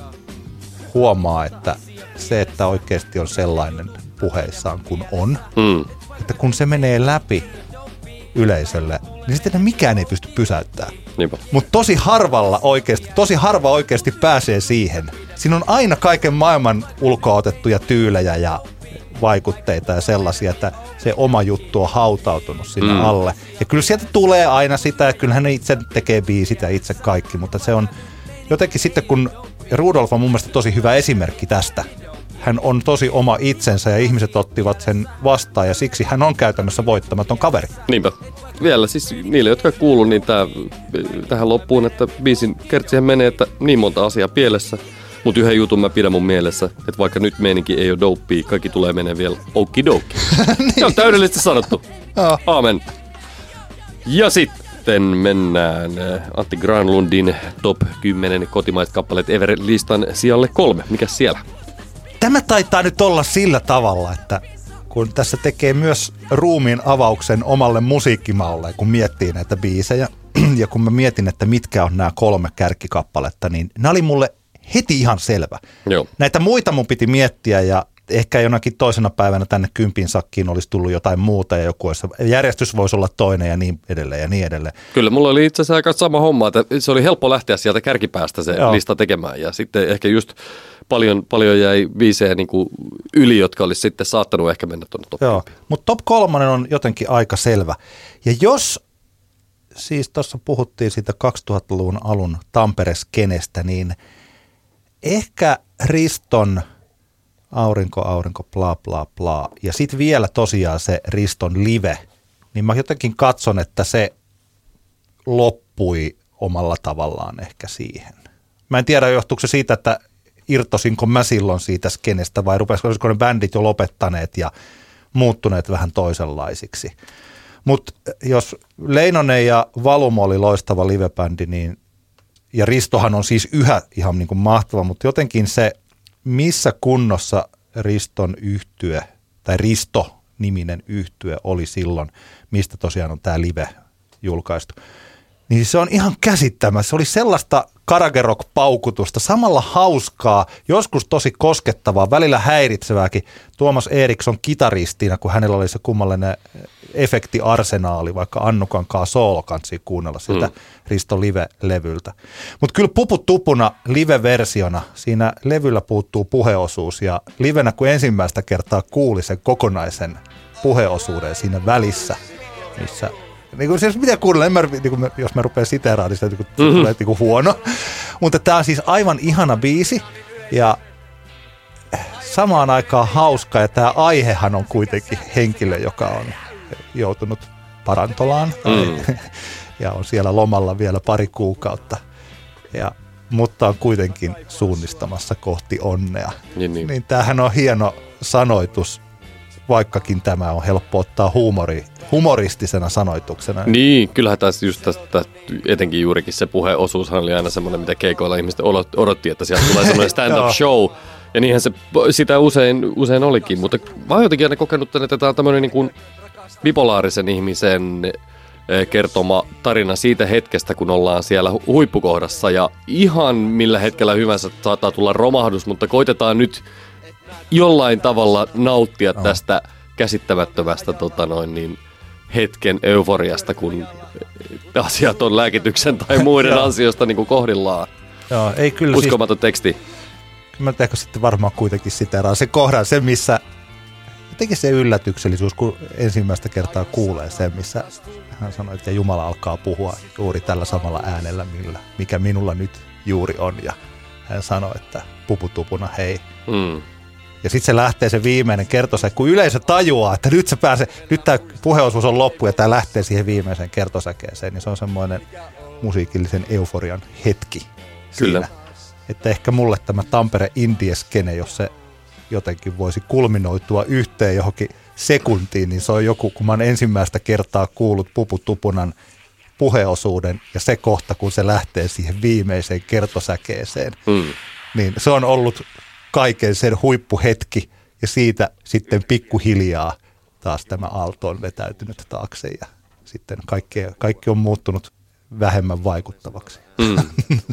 huomaa, että se, että oikeasti on sellainen puheissaan kuin on, mm. että kun se menee läpi yleisölle, niin sitten mikään ei pysty pysäyttämään. Mutta tosi harvalla oikeasti, tosi harva oikeasti pääsee siihen. Siinä on aina kaiken maailman ulkoa otettuja tyylejä ja vaikutteita ja sellaisia, että se oma juttu on hautautunut sinne mm. alle. Ja kyllä sieltä tulee aina sitä, ja kyllähän ne itse tekee biisit ja itse kaikki, mutta se on jotenkin sitten, kun Rudolf on mun mielestä tosi hyvä esimerkki tästä. Hän on tosi oma itsensä ja ihmiset ottivat sen vastaan ja siksi hän on käytännössä voittamaton kaveri. Niinpä. Vielä siis niille, jotka kuuluu, niin tää, tähän loppuun, että biisin kertsihän menee, että niin monta asiaa pielessä. Mutta yhden jutun mä pidän mun mielessä, että vaikka nyt meininki ei ole dopea, kaikki tulee menee vielä okidoki. niin. Se on täydellisesti sanottu. Oh. Aamen. Ja sitten mennään Antti Granlundin top kymmenen kotimaiset kappaleet Everest-listan sijalle kolme. Mikäs siellä? Tämä taitaa nyt olla sillä tavalla, että kun tässä tekee myös ruumiin avauksen omalle musiikkimaulle, kun miettii näitä biisejä, ja kun mä mietin, että mitkä on nämä kolme kärkikappaletta, niin nämä oli mulle heti ihan selvä. Joo. Näitä muita mun piti miettiä ja ehkä jonakin toisena päivänä tänne kympin sakkiin olisi tullut jotain muuta ja joku olisi, järjestys voisi olla toinen ja niin edelleen ja niin edelleen. Kyllä, mulla oli itse asiassa aika sama homma, että se oli helppo lähteä sieltä kärkipäästä se Joo. lista tekemään ja sitten ehkä just paljon, paljon jäi biisejä niin kuin yli, jotka olisi sitten saattanut ehkä mennä tuonne top Joo, mutta top kolmonen on jotenkin aika selvä. Ja jos, siis tuossa puhuttiin siitä kaksituhattaluvun alun Tampere-skenestä, niin ehkä Riston aurinko, aurinko, bla bla bla. Ja sitten vielä tosiaan se Riston live. Niin mä jotenkin katson, että se loppui omalla tavallaan ehkä siihen. Mä en tiedä, johtuuko se siitä, että irtosinko mä silloin siitä skenestä vai rupesiko ne bändit jo lopettaneet ja muuttuneet vähän toisenlaisiksi. Mutta jos Leinonen ja Valumo oli loistava livebändi, niin, ja Ristohan on siis yhä ihan niin kuin mahtava, mutta jotenkin se, missä kunnossa Riston yhtye, tai Risto-niminen yhtye oli silloin, mistä tosiaan on tämä live julkaistu, niin se on ihan käsittämätöntä. Se oli sellaista karagerok-paukutusta, samalla hauskaa, joskus tosi koskettavaa, välillä häiritsevääkin. Tuomas Eriksson kitaristina, kun hänellä oli se kummallinen efektiarsenaali, vaikka Annukankaan soolokansia kuunnella sitä mm. Riston live-levyltä. Mutta kyllä Puput tupuna live-versiona, siinä levyllä puuttuu puheosuus, ja livenä kun ensimmäistä kertaa kuuli sen kokonaisen puheosuuden siinä välissä, missä niin kuin siis mitä kuunnella, mä, niin kuin, jos mä rupean siteeraan, niin se niin kuin, mm-hmm. tulee niin kuin huono. Mutta tämä on siis aivan ihana biisi ja samaan aikaan hauska. Ja tämä aihehan on kuitenkin henkilö, joka on joutunut parantolaan mm. ja on siellä lomalla vielä pari kuukautta. Ja, mutta on kuitenkin suunnistamassa kohti onnea. Niin, niin. Niin tämähän on hieno sanoitus. Vaikkakin tämä on helppo ottaa huumori, humoristisena sanoituksena. Niin, kyllähän tässä just tästä, etenkin juurikin se puheosuushan oli aina semmoinen, mitä keikoilla ihmiset odotti, että sieltä tulee semmoinen stand-up show. Ja niinhän se sitä usein, usein olikin, mutta mä oon jotenkin aina kokenut, että tämä on tämmöinen niin kuin bipolaarisen ihmisen kertoma tarina siitä hetkestä, kun ollaan siellä huippukohdassa. Ja ihan millä hetkellä hyvänsä saattaa tulla romahdus, mutta koitetaan nyt jollain tavalla nauttia no. tästä käsittämättömästä tota noin, niin, hetken euforiasta, kun asiat on lääkityksen tai muiden ansiosta niin kuin kohdillaan. Joo, ei kyllä uskomaton siis, teksti. Mä teekö sitten varmaan kuitenkin siteeraan se kohdan, se missä jotenkin se yllätyksellisuus, kun ensimmäistä kertaa kuulee sen, missä hän sanoi, että Jumala alkaa puhua juuri tällä samalla äänellä, millä, mikä minulla nyt juuri on. Ja hän sanoi, että puputupuna hei. Mm. Ja sitten se lähtee se viimeinen kertosäke, kun yleisö tajuaa, että nyt se pääsee, nyt tämä puheosuus on loppu ja tämä lähtee siihen viimeiseen kertosäkeeseen, niin se on semmoinen musiikillisen euforian hetki. Kyllä. Siinä. Että ehkä mulle tämä Tampere Indie-skene, jos se jotenkin voisi kulminoitua yhteen johonkin sekuntiin, niin se on joku, kun mä oon ensimmäistä kertaa kuullut Puputupunan puheosuuden ja se kohta, kun se lähtee siihen viimeiseen kertosäkeeseen, mm. niin se on ollut kaiken sen huippuhetki ja siitä sitten pikkuhiljaa taas tämä aalto on vetäytynyt taakse ja sitten kaikki, kaikki on muuttunut vähemmän vaikuttavaksi. Mm.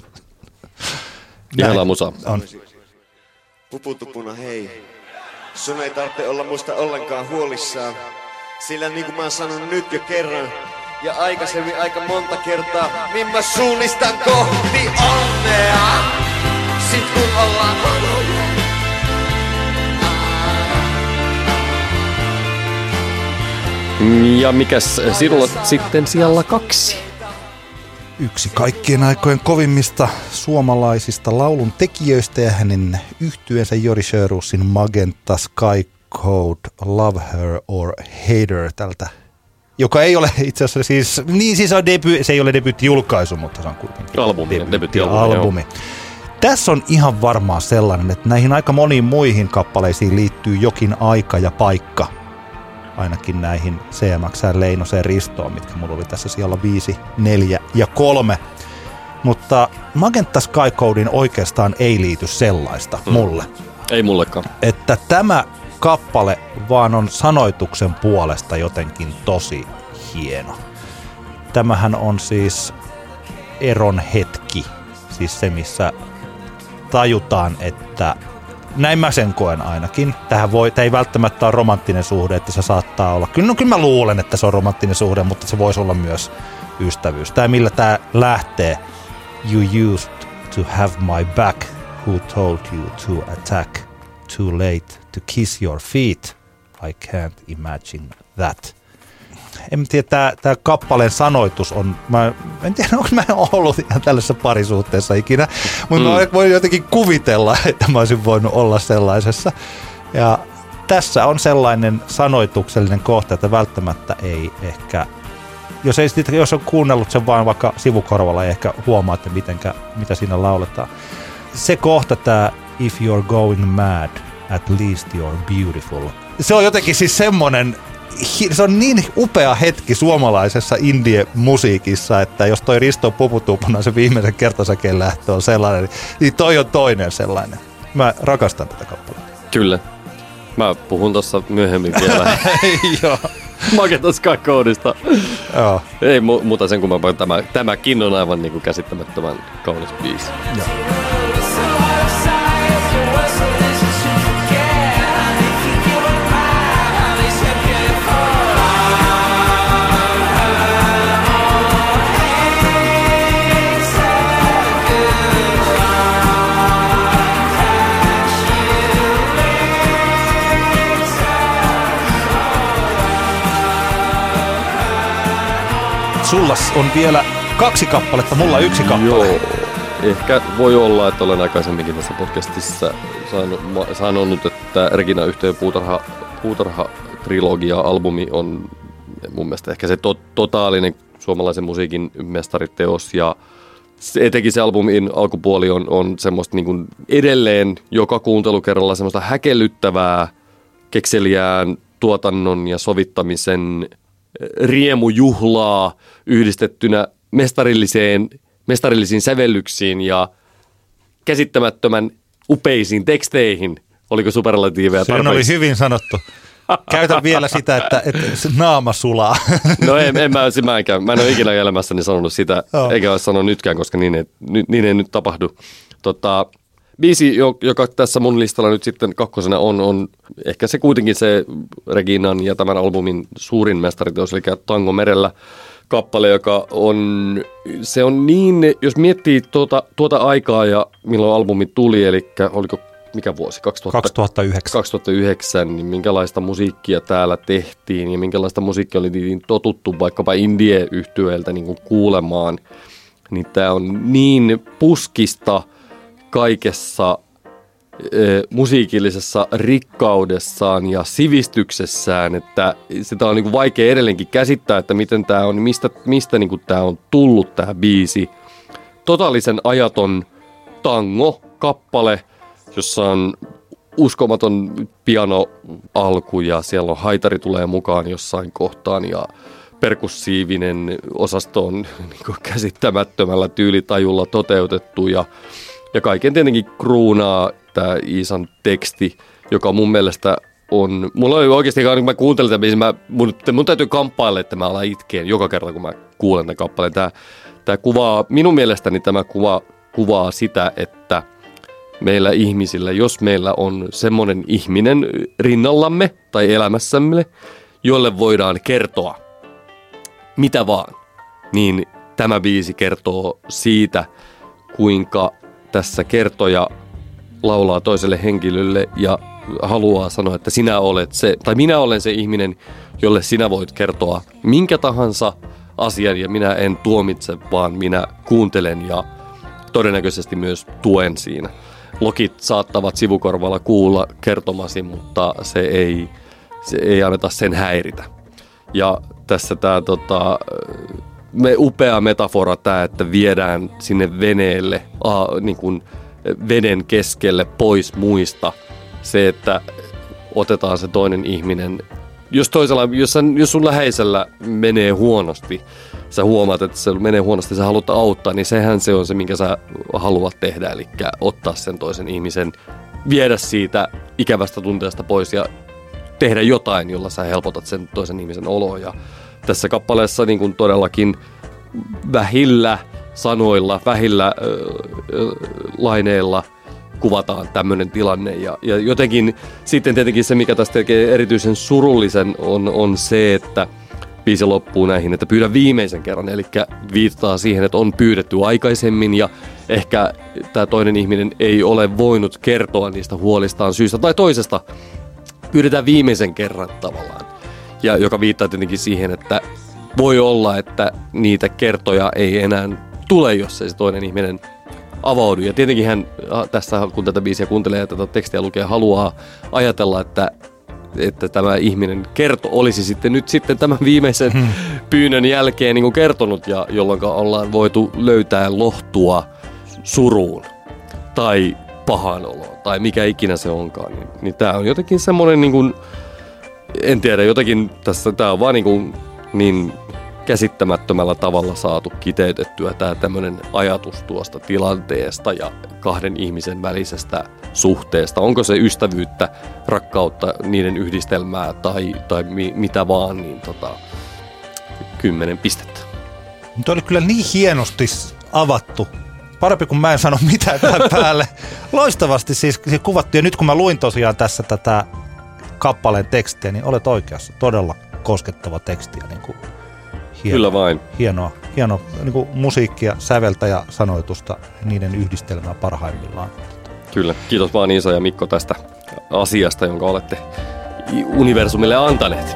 Ihana musa. On. Puputupuna hei, sun ei tarvitse olla musta ollenkaan huolissaan, sillä niin kuin mä oon sanonut nyt jo kerran ja aikaisemmin aika monta kertaa, niin mä suunnistan kohti onnea, sit kun ollaan onnea. Ja mikäs sinulla sitten siellä kaksi? Yksi kaikkien aikojen kovimmista suomalaisista laulun tekijöistä ja hänen yhtyeensä Jori Sjöruusin Magenta Sky Code Love Her or Hate Her tältä, joka ei ole itse asiassa siis, niin siis on debut, se ei ole debyyttijulkaisu, mutta se on kuitenkin albumi, debyyttialbumi. Tässä on ihan varmaan sellainen, että näihin aika moniin muihin kappaleisiin liittyy jokin aika ja paikka. Ainakin näihin C M X, Leinoseen, Ristoon, mitkä mulla oli tässä siellä viisi, neljä ja kolme. Mutta Magenta Sky Codein oikeastaan ei liity sellaista mm. mulle. Ei mullekaan. Että tämä kappale vaan on sanoituksen puolesta jotenkin tosi hieno. Tämähän on siis eron hetki. Siis se, missä tajutaan, että näin mä sen koen ainakin. Tähän voi, tämä ei välttämättä ole romanttinen suhde, että se saattaa olla. Kyllä, no, kyllä mä luulen, että se on romanttinen suhde, mutta se voisi olla myös ystävyys. Tämä millä tämä lähtee. You used to have my back. Who told you to attack? Too late to kiss your feet. I can't imagine that. En tiedä, tämä, tämä kappaleen sanoitus on, mä en tiedä, onko mä ollut ihan tällaisessa parisuhteessa ikinä, mutta mm. mä voin jotenkin kuvitella, että mä olisin voinut olla sellaisessa. Ja tässä on sellainen sanoituksellinen kohta, että välttämättä ei ehkä jos, ei, jos on kuunnellut sen vain vaikka sivukorvalla, ei ehkä huomaa, että mitenkä, mitä siinä lauletaan. Se kohta, tämä If you're going mad, at least you're beautiful. Se on jotenkin siis semmoinen, se on niin upea hetki suomalaisessa indie-musiikissa, että jos toi Risto Puputupuna se viimeisen kertosäkeen lähtö on sellainen, niin toi on toinen sellainen. Mä rakastan tätä kappaletta. Kyllä. Mä puhun tossa myöhemmin vielä. Joo. Magenta Sky Codeista. Joo. Ei mu- muuta sen kummempaa. Tämä, tämäkin on aivan niinku käsittämättömän kaunis biisi. Joo. Sulla on vielä kaksi kappaletta, mulla yksi kappale. Joo. Ehkä voi olla, että olen aikaisemminkin tässä podcastissa sanonut, että Regina Yhtiön puutarha, puutarha-trilogia-albumi on mun mielestä ehkä se to, totaalinen suomalaisen musiikin mestariteos. Ja se, etenkin se albumin alkupuoli on, on semmoista niin kuin edelleen joka kuuntelukerralla semmoista häkellyttävää kekseliään tuotannon ja sovittamisen riemujuhlaa yhdistettynä mestarilliseen, mestarillisiin sävellyksiin ja käsittämättömän upeisiin teksteihin. Oliko superlatiiveja tarpeeksi? Se oli hyvin sanottu. Käytä vielä sitä, että, että naama sulaa. No en, en mä, mä, enkään, mä en ole ikinä elämässäni sanonut sitä, oh. eikä ole sanonut nytkään, koska niin ei, niin ei nyt tapahdu. Tota, biisi, joka tässä mun listalla nyt sitten kakkosena on, on ehkä se kuitenkin se Reginan ja tämän albumin suurin mestariteos, eli Tango merellä kappale, joka on, se on niin, jos miettii tuota, tuota aikaa ja milloin albumi tuli, eli oliko mikä vuosi? kaksituhatta, kaksituhattayhdeksän. kaksituhattayhdeksän, niin minkälaista musiikkia täällä tehtiin ja minkälaista musiikkia oli niin totuttu vaikkapa indie-yhtyeeltä niin kuin kuulemaan, niin tämä on niin puskista kaikessa e, musiikillisessa rikkaudessaan ja sivistyksessään, että sitä on niin kuin vaikea edelleenkin käsittää, että miten tämä on, mistä, mistä niin kuin tämä on tullut tämä biisi. Totaalisen ajaton tango-kappale, jossa on uskomaton piano-alku ja siellä on haitari tulee mukaan jossain kohtaan ja perkussiivinen osasto on niin kuin käsittämättömällä tyylitajulla toteutettu ja, ja kaiken tietenkin kruunaa tämä Iisan teksti, joka mun mielestä on, mulla on oikeasti, kun mä kuuntelin tämän biisin, mä, mun, mun täytyy kamppailla, että mä alan itkeen joka kerta, kun mä kuulen tämän kappaleen. Tämä, tämä kuvaa, minun mielestäni tämä kuva, kuvaa sitä, että meillä ihmisillä, jos meillä on semmoinen ihminen rinnallamme tai elämässämme, jolle voidaan kertoa mitä vaan, niin tämä biisi kertoo siitä, kuinka tässä kertoja laulaa toiselle henkilölle ja haluaa sanoa, että sinä olet se, tai minä olen se ihminen, jolle sinä voit kertoa minkä tahansa asian ja minä en tuomitse, vaan minä kuuntelen ja todennäköisesti myös tuen siinä. Lokit saattavat sivukorvalla kuulla kertomasi, mutta se ei, se ei anneta sen häiritä. Ja tässä tämä tota, me upea metafora tämä, että viedään sinne veneelle, a, niin kuin veden keskelle pois muista. Se, että otetaan se toinen ihminen, jos, toisella, jos, sen, jos sun läheisellä menee huonosti, sä huomaat, että se menee huonosti, sä haluat auttaa, niin sehän se on se, minkä sä haluat tehdä, eli ottaa sen toisen ihmisen, viedä siitä ikävästä tunteesta pois ja tehdä jotain, jolla sä helpotat sen toisen ihmisen oloa. Ja tässä kappaleessa niin kuin todellakin vähillä sanoilla, vähillä äh, laineilla kuvataan tämmöinen tilanne. Ja, ja jotenkin sitten tietenkin se, mikä tästä tekee erityisen surullisen, on, on se, että biisi loppuu näihin, että pyydä viimeisen kerran. Eli viittaa siihen, että on pyydetty aikaisemmin ja ehkä tämä toinen ihminen ei ole voinut kertoa niistä huolistaan syystä tai toisesta. Pyydetään viimeisen kerran tavallaan. Ja joka viittaa tietenkin siihen, että voi olla, että niitä kertoja ei enää tule, jos ei se toinen ihminen avaudu. Ja tietenkin hän tässä, kun tätä biisiä kuuntelee ja tätä tekstiä lukee, haluaa ajatella, että että tämä ihminen kerto olisi sitten nyt sitten tämän viimeisen hmm. pyynnön jälkeen niin kuin kertonut, ja jolloin ollaan voitu löytää lohtua suruun tai pahaan oloon tai mikä ikinä se onkaan. Niin, niin tämä on jotenkin semmoinen, niin kuin, en tiedä, jotenkin tässä tämä on vaan niin, kuin, niin käsittämättömällä tavalla saatu kiteytettyä tämä tämmöinen ajatus tuosta tilanteesta ja kahden ihmisen välisestä suhteesta. Onko se ystävyyttä, rakkautta, niiden yhdistelmää tai, tai mi, mitä vaan, niin tota, kymmenen pistettä. Tuo oli kyllä niin hienosti avattu. Parempi kuin mä en sano mitään tähän päälle. Loistavasti siis kuvattu. Ja nyt kun mä luin tosiaan tässä tätä kappaleen tekstiä, niin olet oikeassa. Todella koskettava teksti. Niin kuin hieno, kyllä vain. Hienoa, hienoa niin kuin musiikkia, säveltä ja sanoitusta, niiden yhdistelmää parhaimmillaan. Kyllä. Kiitos vaan Iisa ja Mikko tästä asiasta, jonka olette universumille antaneet.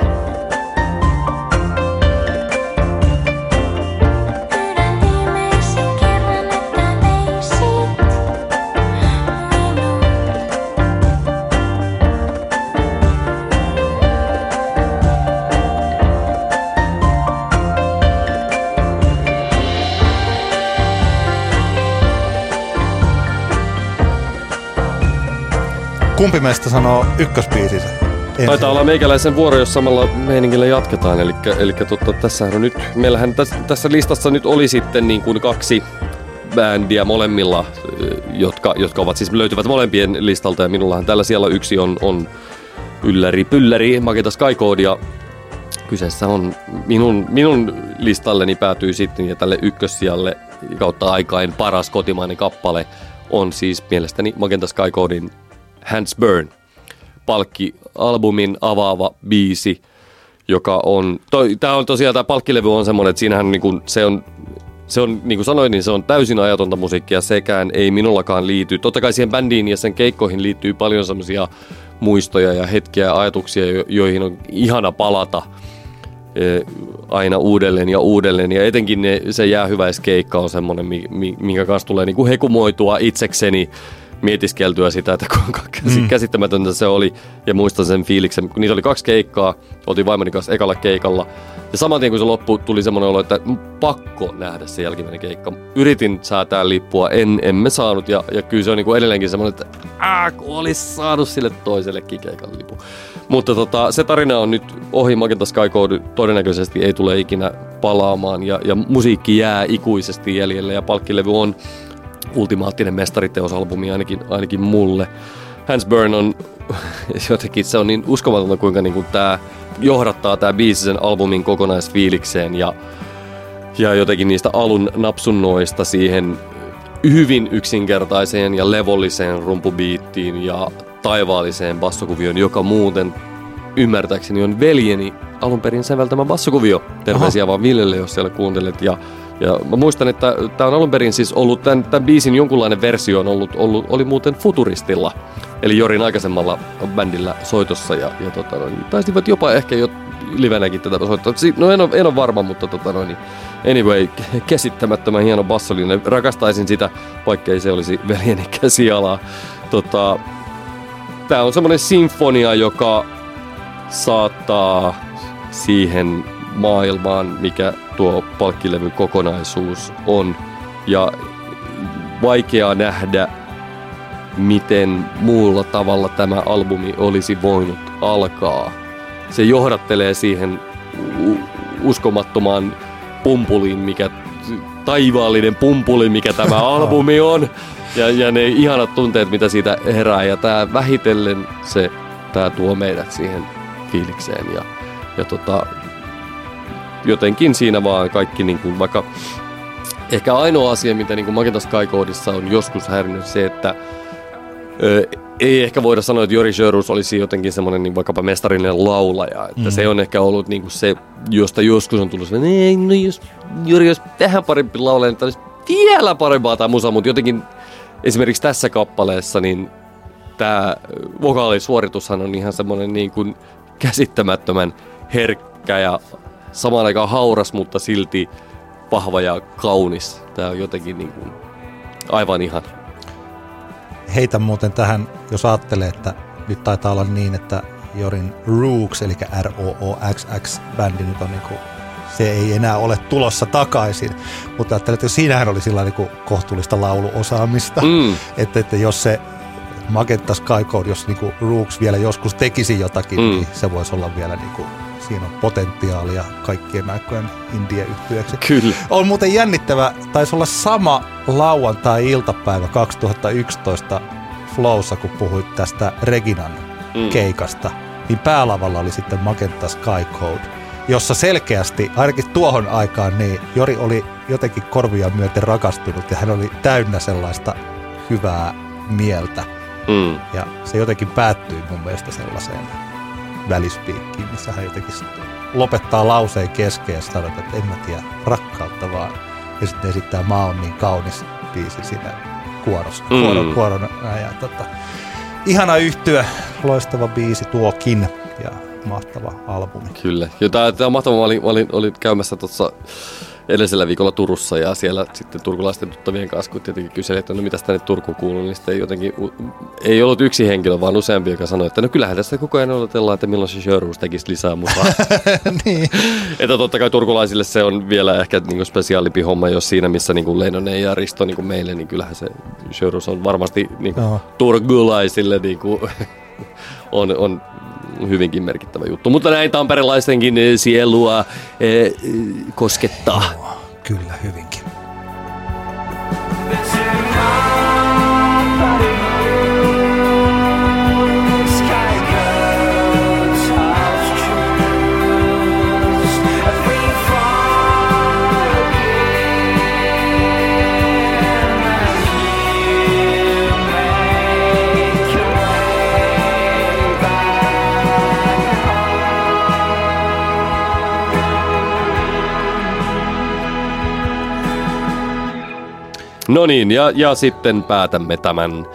Kumpi meistä sanoo ykkösbiisinsä? Taitaa olla meikäläisen vuoro, jos samalla meiningillä jatketaan. Eli, eli totta, tässähän on nyt, meillähän tässä, tässä listassa nyt oli sitten niin kuin kaksi bändiä molemmilla, jotka, jotka ovat siis löytyvät molempien listalta. Ja minullahan tällä siellä yksi on, on Ylläri Pylläri, Magenta Sky Code, ja kyseessä on minun, minun listalleni päätyy sitten, ja tälle ykkössijalle kautta aikain paras kotimainen kappale on siis mielestäni Magenta Sky Codein Hands Burn, palkki-albumin avaava biisi, joka on, tämä on tosiaan, tämä palkkilevy on semmoinen, että siinähän niin kuin, se on, se on, niin kuin sanoin, niin se on täysin ajatonta musiikkia, sekään ei minullakaan liity. Totta kai siihen bändiin ja sen keikkoihin liittyy paljon semmoisia muistoja ja hetkiä ja ajatuksia, joihin on ihana palata aina uudelleen ja uudelleen, ja etenkin ne, se jäähyväiskeikka on semmoinen, minkä kanssa tulee niin kuin hekumoitua itsekseni, mietiskeltyä sitä, että kuinka käsittämätöntä se oli, ja muistan sen fiiliksen, kun niitä oli kaksi keikkaa, oltiin vaimoni kanssa ekalla keikalla, ja saman tien kun se loppui, tuli semmoinen olo, että pakko nähdä se jälkimmäinen keikka. Yritin säätää lippua, en, emme saanut, ja, ja kyllä se on niin kuin edelleenkin semmoinen, että äh, kun olisi saanut sille toisellekin keikalle lipu. Mutta tota, se tarina on nyt ohi, Magenta Sky Code todennäköisesti ei tule ikinä palaamaan, ja, ja musiikki jää ikuisesti jäljelle, ja palkkilevy on ultimaattinen mestariteosalbumi ainakin, ainakin mulle. Hands Burn on jotenkin, se on niin uskomatonta, kuinka niinku tää johdattaa tää biisi sen albumin kokonaisfiilikseen, ja, ja jotenkin niistä alun napsunnoista siihen hyvin yksinkertaiseen ja levolliseen rumpubiittiin ja taivaalliseen bassokuvioon, joka muuten ymmärtääkseni on veljeni alun perin säveltämä bassokuvio. Terveisiä Aha. vaan Villelle, jos siellä kuuntelet. Ja Ja mä muistan, että tämä on alun perin siis ollut, tämän, tämän biisin jonkunlainen versio on ollut, ollut, oli muuten Futuristilla, eli Jorin aikaisemmalla bändillä soitossa, ja, ja tota, no, taisivat jopa ehkä jo livenäkin tätä soittaa. No en ole, en ole varma, mutta tota, no, niin, anyway, käsittämättömän hieno bassolinen. Rakastaisin sitä, vaikkei se olisi veljeni käsialaa. Tota, tää on semmoinen sinfonia, joka saattaa siihen maailmaan, mikä tuo palkkilevyn kokonaisuus on, ja vaikea nähdä, miten muulla tavalla tämä albumi olisi voinut alkaa. Se johdattelee siihen uskomattomaan pumpuliin, mikä, taivaallinen pumpuli, mikä tämä albumi on, ja, ja ne ihanat tunteet, mitä siitä herää, ja tää vähitellen se, tää tuo meidät siihen fiilikseen, ja, ja tota, jotenkin siinä vaan kaikki, niin kuin, vaikka ehkä ainoa asia, mitä niin kuin Magenta Sky Codeissa on joskus häirinyt, se, että ö, ei ehkä voida sanoa, että Jori Sjöruus olisi jotenkin semmoinen niin vaikkapa mestarillinen laulaja. Että mm. se on ehkä ollut niin kuin se, josta joskus on tullut semmoinen, ei, no jos Jori olisi vähän parempi laulaja, niin olisi vielä parempaa tämä musa, mutta jotenkin esimerkiksi tässä kappaleessa, niin tämä vokaalisuoritushan on ihan semmoinen niin kuin käsittämättömän herkkä ja samaan aikaan hauras, mutta silti vahva ja kaunis. Tämä on jotenkin niin kuin aivan ihana. Heitä muuten tähän, jos ajattelee, että nyt taitaa olla niin, että Jorin Rooks, eli R O O X X-bändi nyt on niinku, se ei enää ole tulossa takaisin, mutta ajattelin, että siinähän oli sillä niinku kohtuullista lauluosaamista, mm. että, että jos se Magenta Sky Code, jos niinku Rooks vielä joskus tekisi jotakin, mm. niin se voisi olla vielä niinku, siinä on potentiaalia kaikkien aikojen indie-yhtyeeksi. Kyllä. On muuten jännittävä, taisi olla sama lauantai-iltapäivä kaksituhattayksitoista Flowssa, kun puhuit tästä Reginan mm. keikasta, niin päälavalla oli sitten Magenta Sky Code, jossa selkeästi, ainakin tuohon aikaan, niin Jori oli jotenkin korvia myöten rakastunut ja hän oli täynnä sellaista hyvää mieltä. Mm. Ja se jotenkin päättyi mun mielestä sellaiseen välispiikkiin, missä hän jotenkin lopettaa lauseen kesken ja sanoo, että en mä tiedä, rakkautta vaan. Ja sitten esittää Mä oon niin kaunis biisi siinä kuorossa. Mm. Kuoron, kuoron, ja, tota, ihana yhtyä, loistava biisi tuokin ja mahtava albumi. Kyllä. Tämä on mahtava. Mä olin, mä olin, olin käymässä tuossa edellisellä viikolla Turussa ja siellä sitten turkulaisten tuttavien kanssa, kun tietenkin kyseli, että no mitäs tänne Turkuun kuuluu, niin sitten jotenkin ei ollut yksi henkilö, vaan useampi, joka sanoi, että no kyllähän tässä koko ajan odotellaan, että milloin se Sjöruus tekisi lisää musaa. Niin. Että totta kai turkulaisille se on vielä ehkä niin kuin spesiaalimpi homma, jos siinä missä niin kuin Leinonen ja Risto niin kuin meille, niin kyllähän se Sjöruus on varmasti niin kuin no. turkulaisille niin kuin on, on hyvinkin merkittävä juttu. Mutta näin tamperelaistenkin sielua eh, koskettaa. Kyllä, hyvinkin. No niin, ja, ja sitten päätämme tämän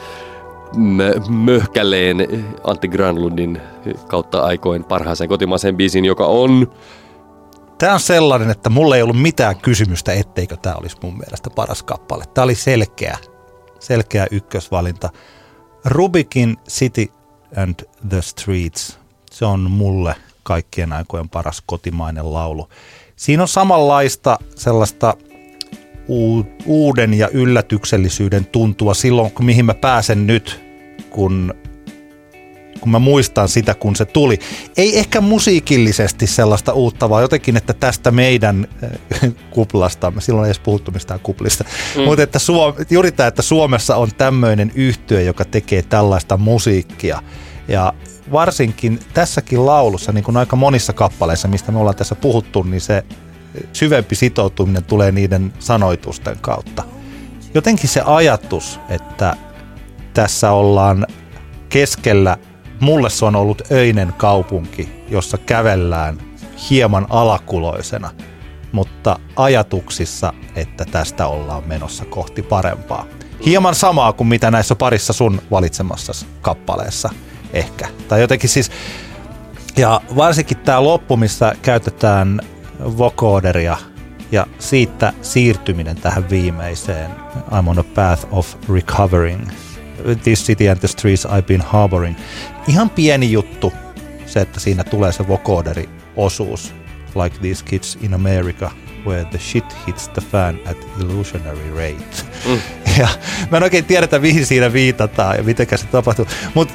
möhkäleen Antti Granlundin kautta aikoin parhaaseen kotimaiseen biisiin, joka on... Tämä on sellainen, että mulla ei ollut mitään kysymystä, etteikö tämä olisi mun mielestä paras kappale. Tämä oli selkeä, selkeä ykkösvalinta. Rubikin City and the Streets, se on mulle kaikkien aikojen paras kotimainen laulu. Siinä on samanlaista sellaista uuden ja yllätyksellisyyden tuntua silloin, mihin mä pääsen nyt, kun, kun mä muistan sitä, kun se tuli. Ei ehkä musiikillisesti sellaista uutta, vaan jotenkin, että tästä meidän kuplastamme, silloin ei edes puhuttu mistään kuplista, mm. mutta että Suom- juuri tämä, että Suomessa on tämmöinen yhtye, joka tekee tällaista musiikkia. Ja varsinkin tässäkin laulussa, niin kuin aika monissa kappaleissa, mistä me ollaan tässä puhuttu, niin se syvempi sitoutuminen tulee niiden sanoitusten kautta. Jotenkin se ajatus, että tässä ollaan keskellä, mulle se on ollut öinen kaupunki, jossa kävellään hieman alakuloisena, mutta ajatuksissa, että tästä ollaan menossa kohti parempaa. Hieman samaa kuin mitä näissä parissa sun valitsemassasi kappaleessa ehkä. Tai jotenkin siis, ja varsinkin tämä loppu, missä käytetään vocoderia ja siitä siirtyminen tähän viimeiseen I'm on a path of recovering. This city and the streets I've been harboring. Ihan pieni juttu se, että siinä tulee se vocoderi-osuus. Like these kids in America where the shit hits the fan at illusionary rate. Mm. Ja mä en oikein tiedetä, mihin siinä viitataan ja mitenkä se tapahtuu, mutta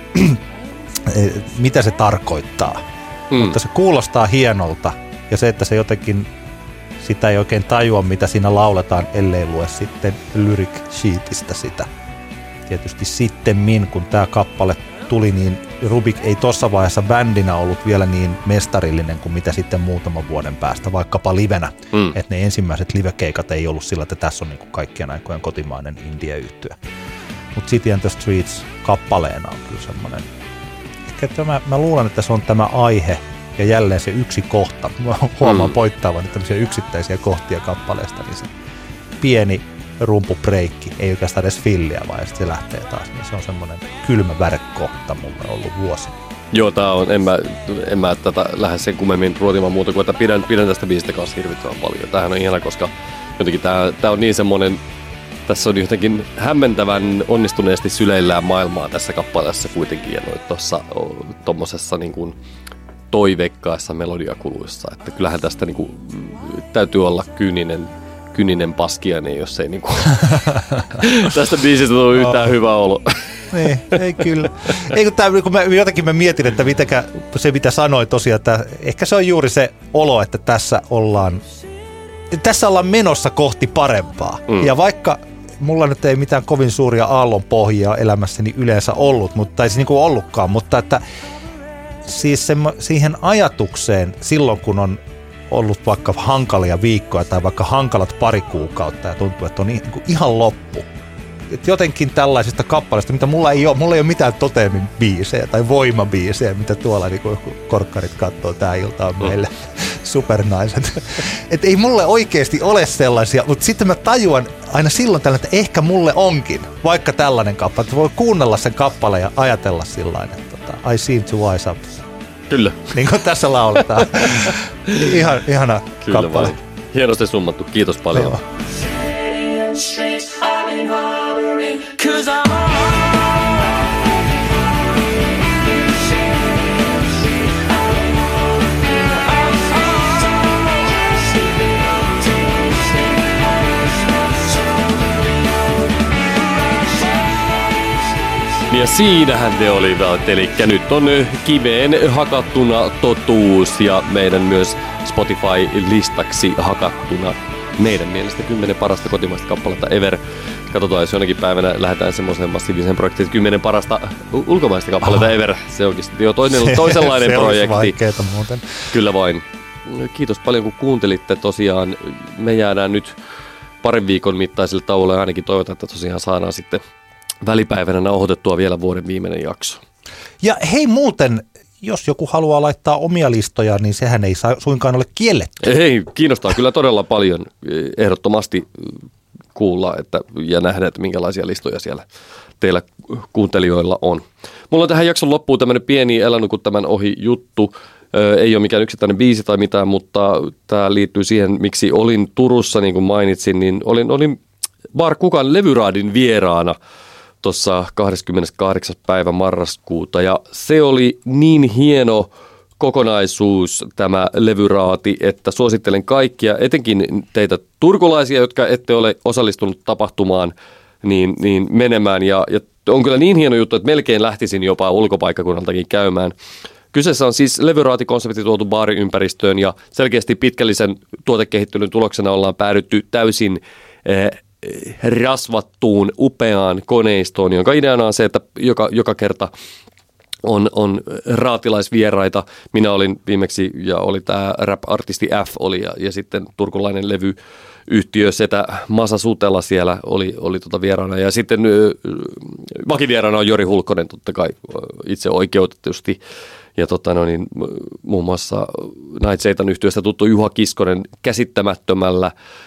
mitä se tarkoittaa. Mm. Mutta se kuulostaa hienolta. Ja se, että se jotenkin, sitä ei oikein tajua, mitä siinä lauletaan, ellei lue sitten lyric sheetistä sitä. Tietysti sittemmin, kun tämä kappale tuli, niin Rubik ei tuossa vaiheessa bändinä ollut vielä niin mestarillinen kuin mitä sitten muutaman vuoden päästä, vaikkapa livenä. Mm. Että ne ensimmäiset livekeikat ei ollut sillä, että tässä on niin kuin kaikkien aikojen kotimainen indie-yhtye. Mutta City and the Streets kappaleena on kyllä semmoinen. Ehkä tämä, mä luulen, että se on tämä aihe, ja jälleen se yksi kohta, mä huomaan mm. poittavan tämmöisiä yksittäisiä kohtia kappaleesta, niin se pieni rumpupreikki, ei oikeastaan edes filliä, vaan sitten se lähtee taas, niin se on semmoinen kylmä värekohta mulle ollut vuosi. Joo, tää on, en mä, en mä tätä lähde sen kummemmin ruotimaan muuta kuin, että pidän, pidän tästä biisistä kanssa hirvittävän paljon. Tämähän on ihana, koska jotenkin tää, tää on niin semmoinen tässä on jotenkin hämmentävän onnistuneesti syleillään maailmaa tässä kappaleessa kuitenkin ja tuossa tuommoisessa niin kuin toiveikkaassa melodiakuluissa. Että kyllähän tästä niin kuin, täytyy olla kyyninen, kyyninen paskiainen, jos ei niin kuin, tästä biisistä tule yhtään oh. hyvä olo. Niin, ei kyllä. Ei, kun tämä, kun mä, jotenkin mä mietin, että mitenkä, se mitä sanoin tosiaan, että ehkä se on juuri se olo, että tässä ollaan, tässä ollaan menossa kohti parempaa. Mm. Ja vaikka mulla nyt ei mitään kovin suuria aallonpohjia elämässäni yleensä ollut, mutta ei se niin kuin ollutkaan, mutta että siis se, siihen ajatukseen silloin, kun on ollut vaikka hankalia viikkoja tai vaikka hankalat pari kuukautta ja tuntuu, että on niin kuin ihan loppu. Et jotenkin tällaisista kappaleista, mitä mulla ei ole, mulla ei ole mitään toteemin biisejä tai voimabiisejä, mitä tuolla niin kun korkkarit katsoo, tää ilta on meille supernaiset. Että ei mulle oikeasti ole sellaisia, mutta sitten mä tajuan aina silloin tällä, että ehkä mulle onkin vaikka tällainen kappale, että voi kuunnella sen kappaleen ja ajatella sillain, että tota, I seem to wise up. Kyllä. Niin kuin tässä lauletaan. Ihan, ihana Kyllä kappale. Vain. Hienosti summattu, kiitos paljon. Joo. Ja siinähän te olivat, eli nyt on kiveen hakattuna totuus ja meidän myös Spotify-listaksi hakattuna meidän mielestä kymmenen parasta kotimaista kappaletta ever. Katsotaan, jos jonakin päivänä lähdetään semmoiseen massiiviseen projektiin, kymmenen parasta ulkomaista kappaletta Aha. ever. Se onkin sitten jo toinen, se, toisenlainen se projekti. Se vaikeeta muuten. Kyllä vain. Kiitos paljon, kun kuuntelitte. Tosiaan me jäädään nyt parin viikon mittaiselle tauolle. Ainakin toivotaan, että tosiaan saadaan sitten välipäivänä nauhoitettua vielä vuoden viimeinen jakso. Ja hei muuten, jos joku haluaa laittaa omia listoja, niin sehän ei suinkaan ole kielletty. Ei, kiinnostaa kyllä todella paljon ehdottomasti kuulla että, ja nähdä, että minkälaisia listoja siellä teillä kuuntelijoilla on. Mulla on tähän jakson loppuun tämmöinen pieni Älä nuku tämän ohi juttu. Ei ole mikään yksittäinen biisi tai mitään, mutta tämä liittyy siihen, miksi olin Turussa, niin kuin mainitsin, niin olin, olin Bar Kukan levyraadin vieraana tuossa kahdeskymmeneskahdeksas päivä marraskuuta ja se oli niin hieno kokonaisuus tämä levyraati, että suosittelen kaikkia, etenkin teitä turkulaisia, jotka ette ole osallistunut tapahtumaan, niin, niin menemään ja, ja on kyllä niin hieno juttu, että melkein lähtisin jopa ulkopaikkakunnaltakin käymään. Kyseessä on siis levyraatikonsepti tuotu baariympäristöön ja selkeästi pitkällisen tuotekehittelyn tuloksena ollaan päädytty täysin eh, rasvattuun, upeaan koneistoon, jonka ideana on se, että joka, joka kerta on, on raatilaisvieraita. Minä olin viimeksi ja oli tämä rap-artisti F oli ja, ja sitten turkulainen levyyhtiö Setä Masa Sutela siellä oli, oli tota vieraana. Ja sitten vakivieraana on Jori Hulkkonen totta kai itse oikeutetusti. Ja tota, no niin, muun muassa Night Satan -yhtiöstä tuttu Juha Kiskonen käsittämättömällä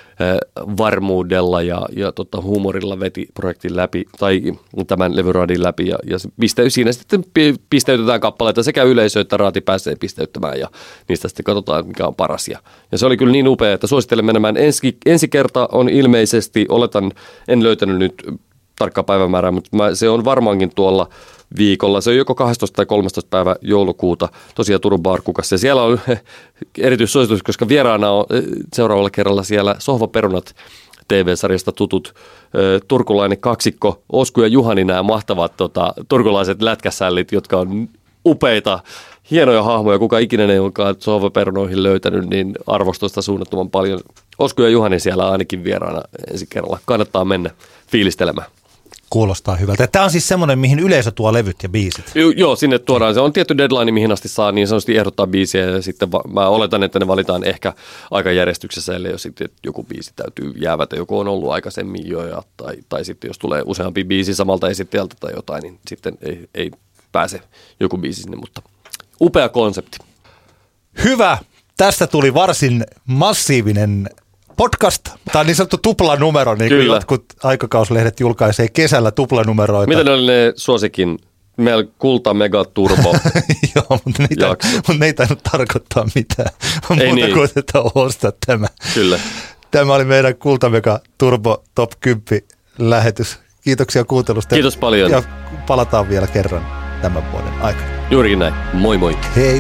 varmuudella ja, ja tota, huumorilla veti projektin läpi, tai tämän levyraadin läpi, ja, ja piste, siinä sitten pisteytetään kappaleita sekä yleisö että raati pääsee pisteyttämään, ja niistä sitten katsotaan, mikä on paras. Ja, ja se oli kyllä niin upea, että suosittelen menemään. Ensi, ensi kerta on ilmeisesti, oletan, en löytänyt nyt tarkkaa päivämäärää, mutta mä, se on varmaankin tuolla viikolla. Se on joko kahdestoista tai kolmastoista päivä joulukuuta tosiaan Turun Bar Kukassa. Ja siellä on erityissuositus, koska vieraana on seuraavalla kerralla siellä Sohvaperunat T V-sarjasta tutut ö, turkulainen kaksikko Osku ja Juhani, nämä mahtavat tota, turkulaiset lätkäsällit, jotka on upeita, hienoja hahmoja. Kuka ikinä ne onkaan Sohvaperunoihin löytänyt, niin arvostusta suunnattoman paljon. Osku ja Juhani siellä ainakin vieraana ensi kerralla. Kannattaa mennä fiilistelemään. Kuulostaa hyvältä. Tämä on siis semmoinen, mihin yleisö tuo levyt ja biisit. Jo, joo, sinne tuodaan. Se on tietty deadline, mihin asti saa niin sanotusti ehdottaa biisiä. Ja sitten va- mä oletan, että ne valitaan ehkä aikajärjestyksessä, eli jos sitten joku biisi täytyy jäävätä, joku on ollut aikaisemmin jo. Ja, tai, tai sitten jos tulee useampi biisi samalta esittäjältä tai jotain, niin sitten ei, ei pääse joku biisi sinne. Mutta upea konsepti. Hyvä. Tästä tuli varsin massiivinen podcast. Tämä on niin sanottu tuplanumero, niin kuin jotkut aikakauslehdet julkaisee kesällä tuplanumeroita. Mitä ne oli ne suosikin? Meillä Kulta Mega Turbo. Joo, mutta ne, mutta ne ei tainnut tarkoittaa mitään. Ei muuta niin. kuin, että ostaa tämä. Kyllä. Tämä oli meidän Kulta Mega Turbo Top kymmenen lähetys. Kiitoksia kuuntelusta. Kiitos paljon. Ja palataan vielä kerran tämän vuoden aikana. Juurikin näin. Moi moi. Hei.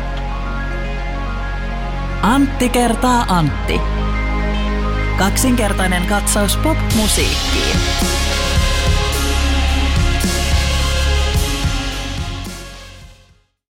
Antti kertaa Antti. Kaksinkertainen katsaus pop-musiikkiin.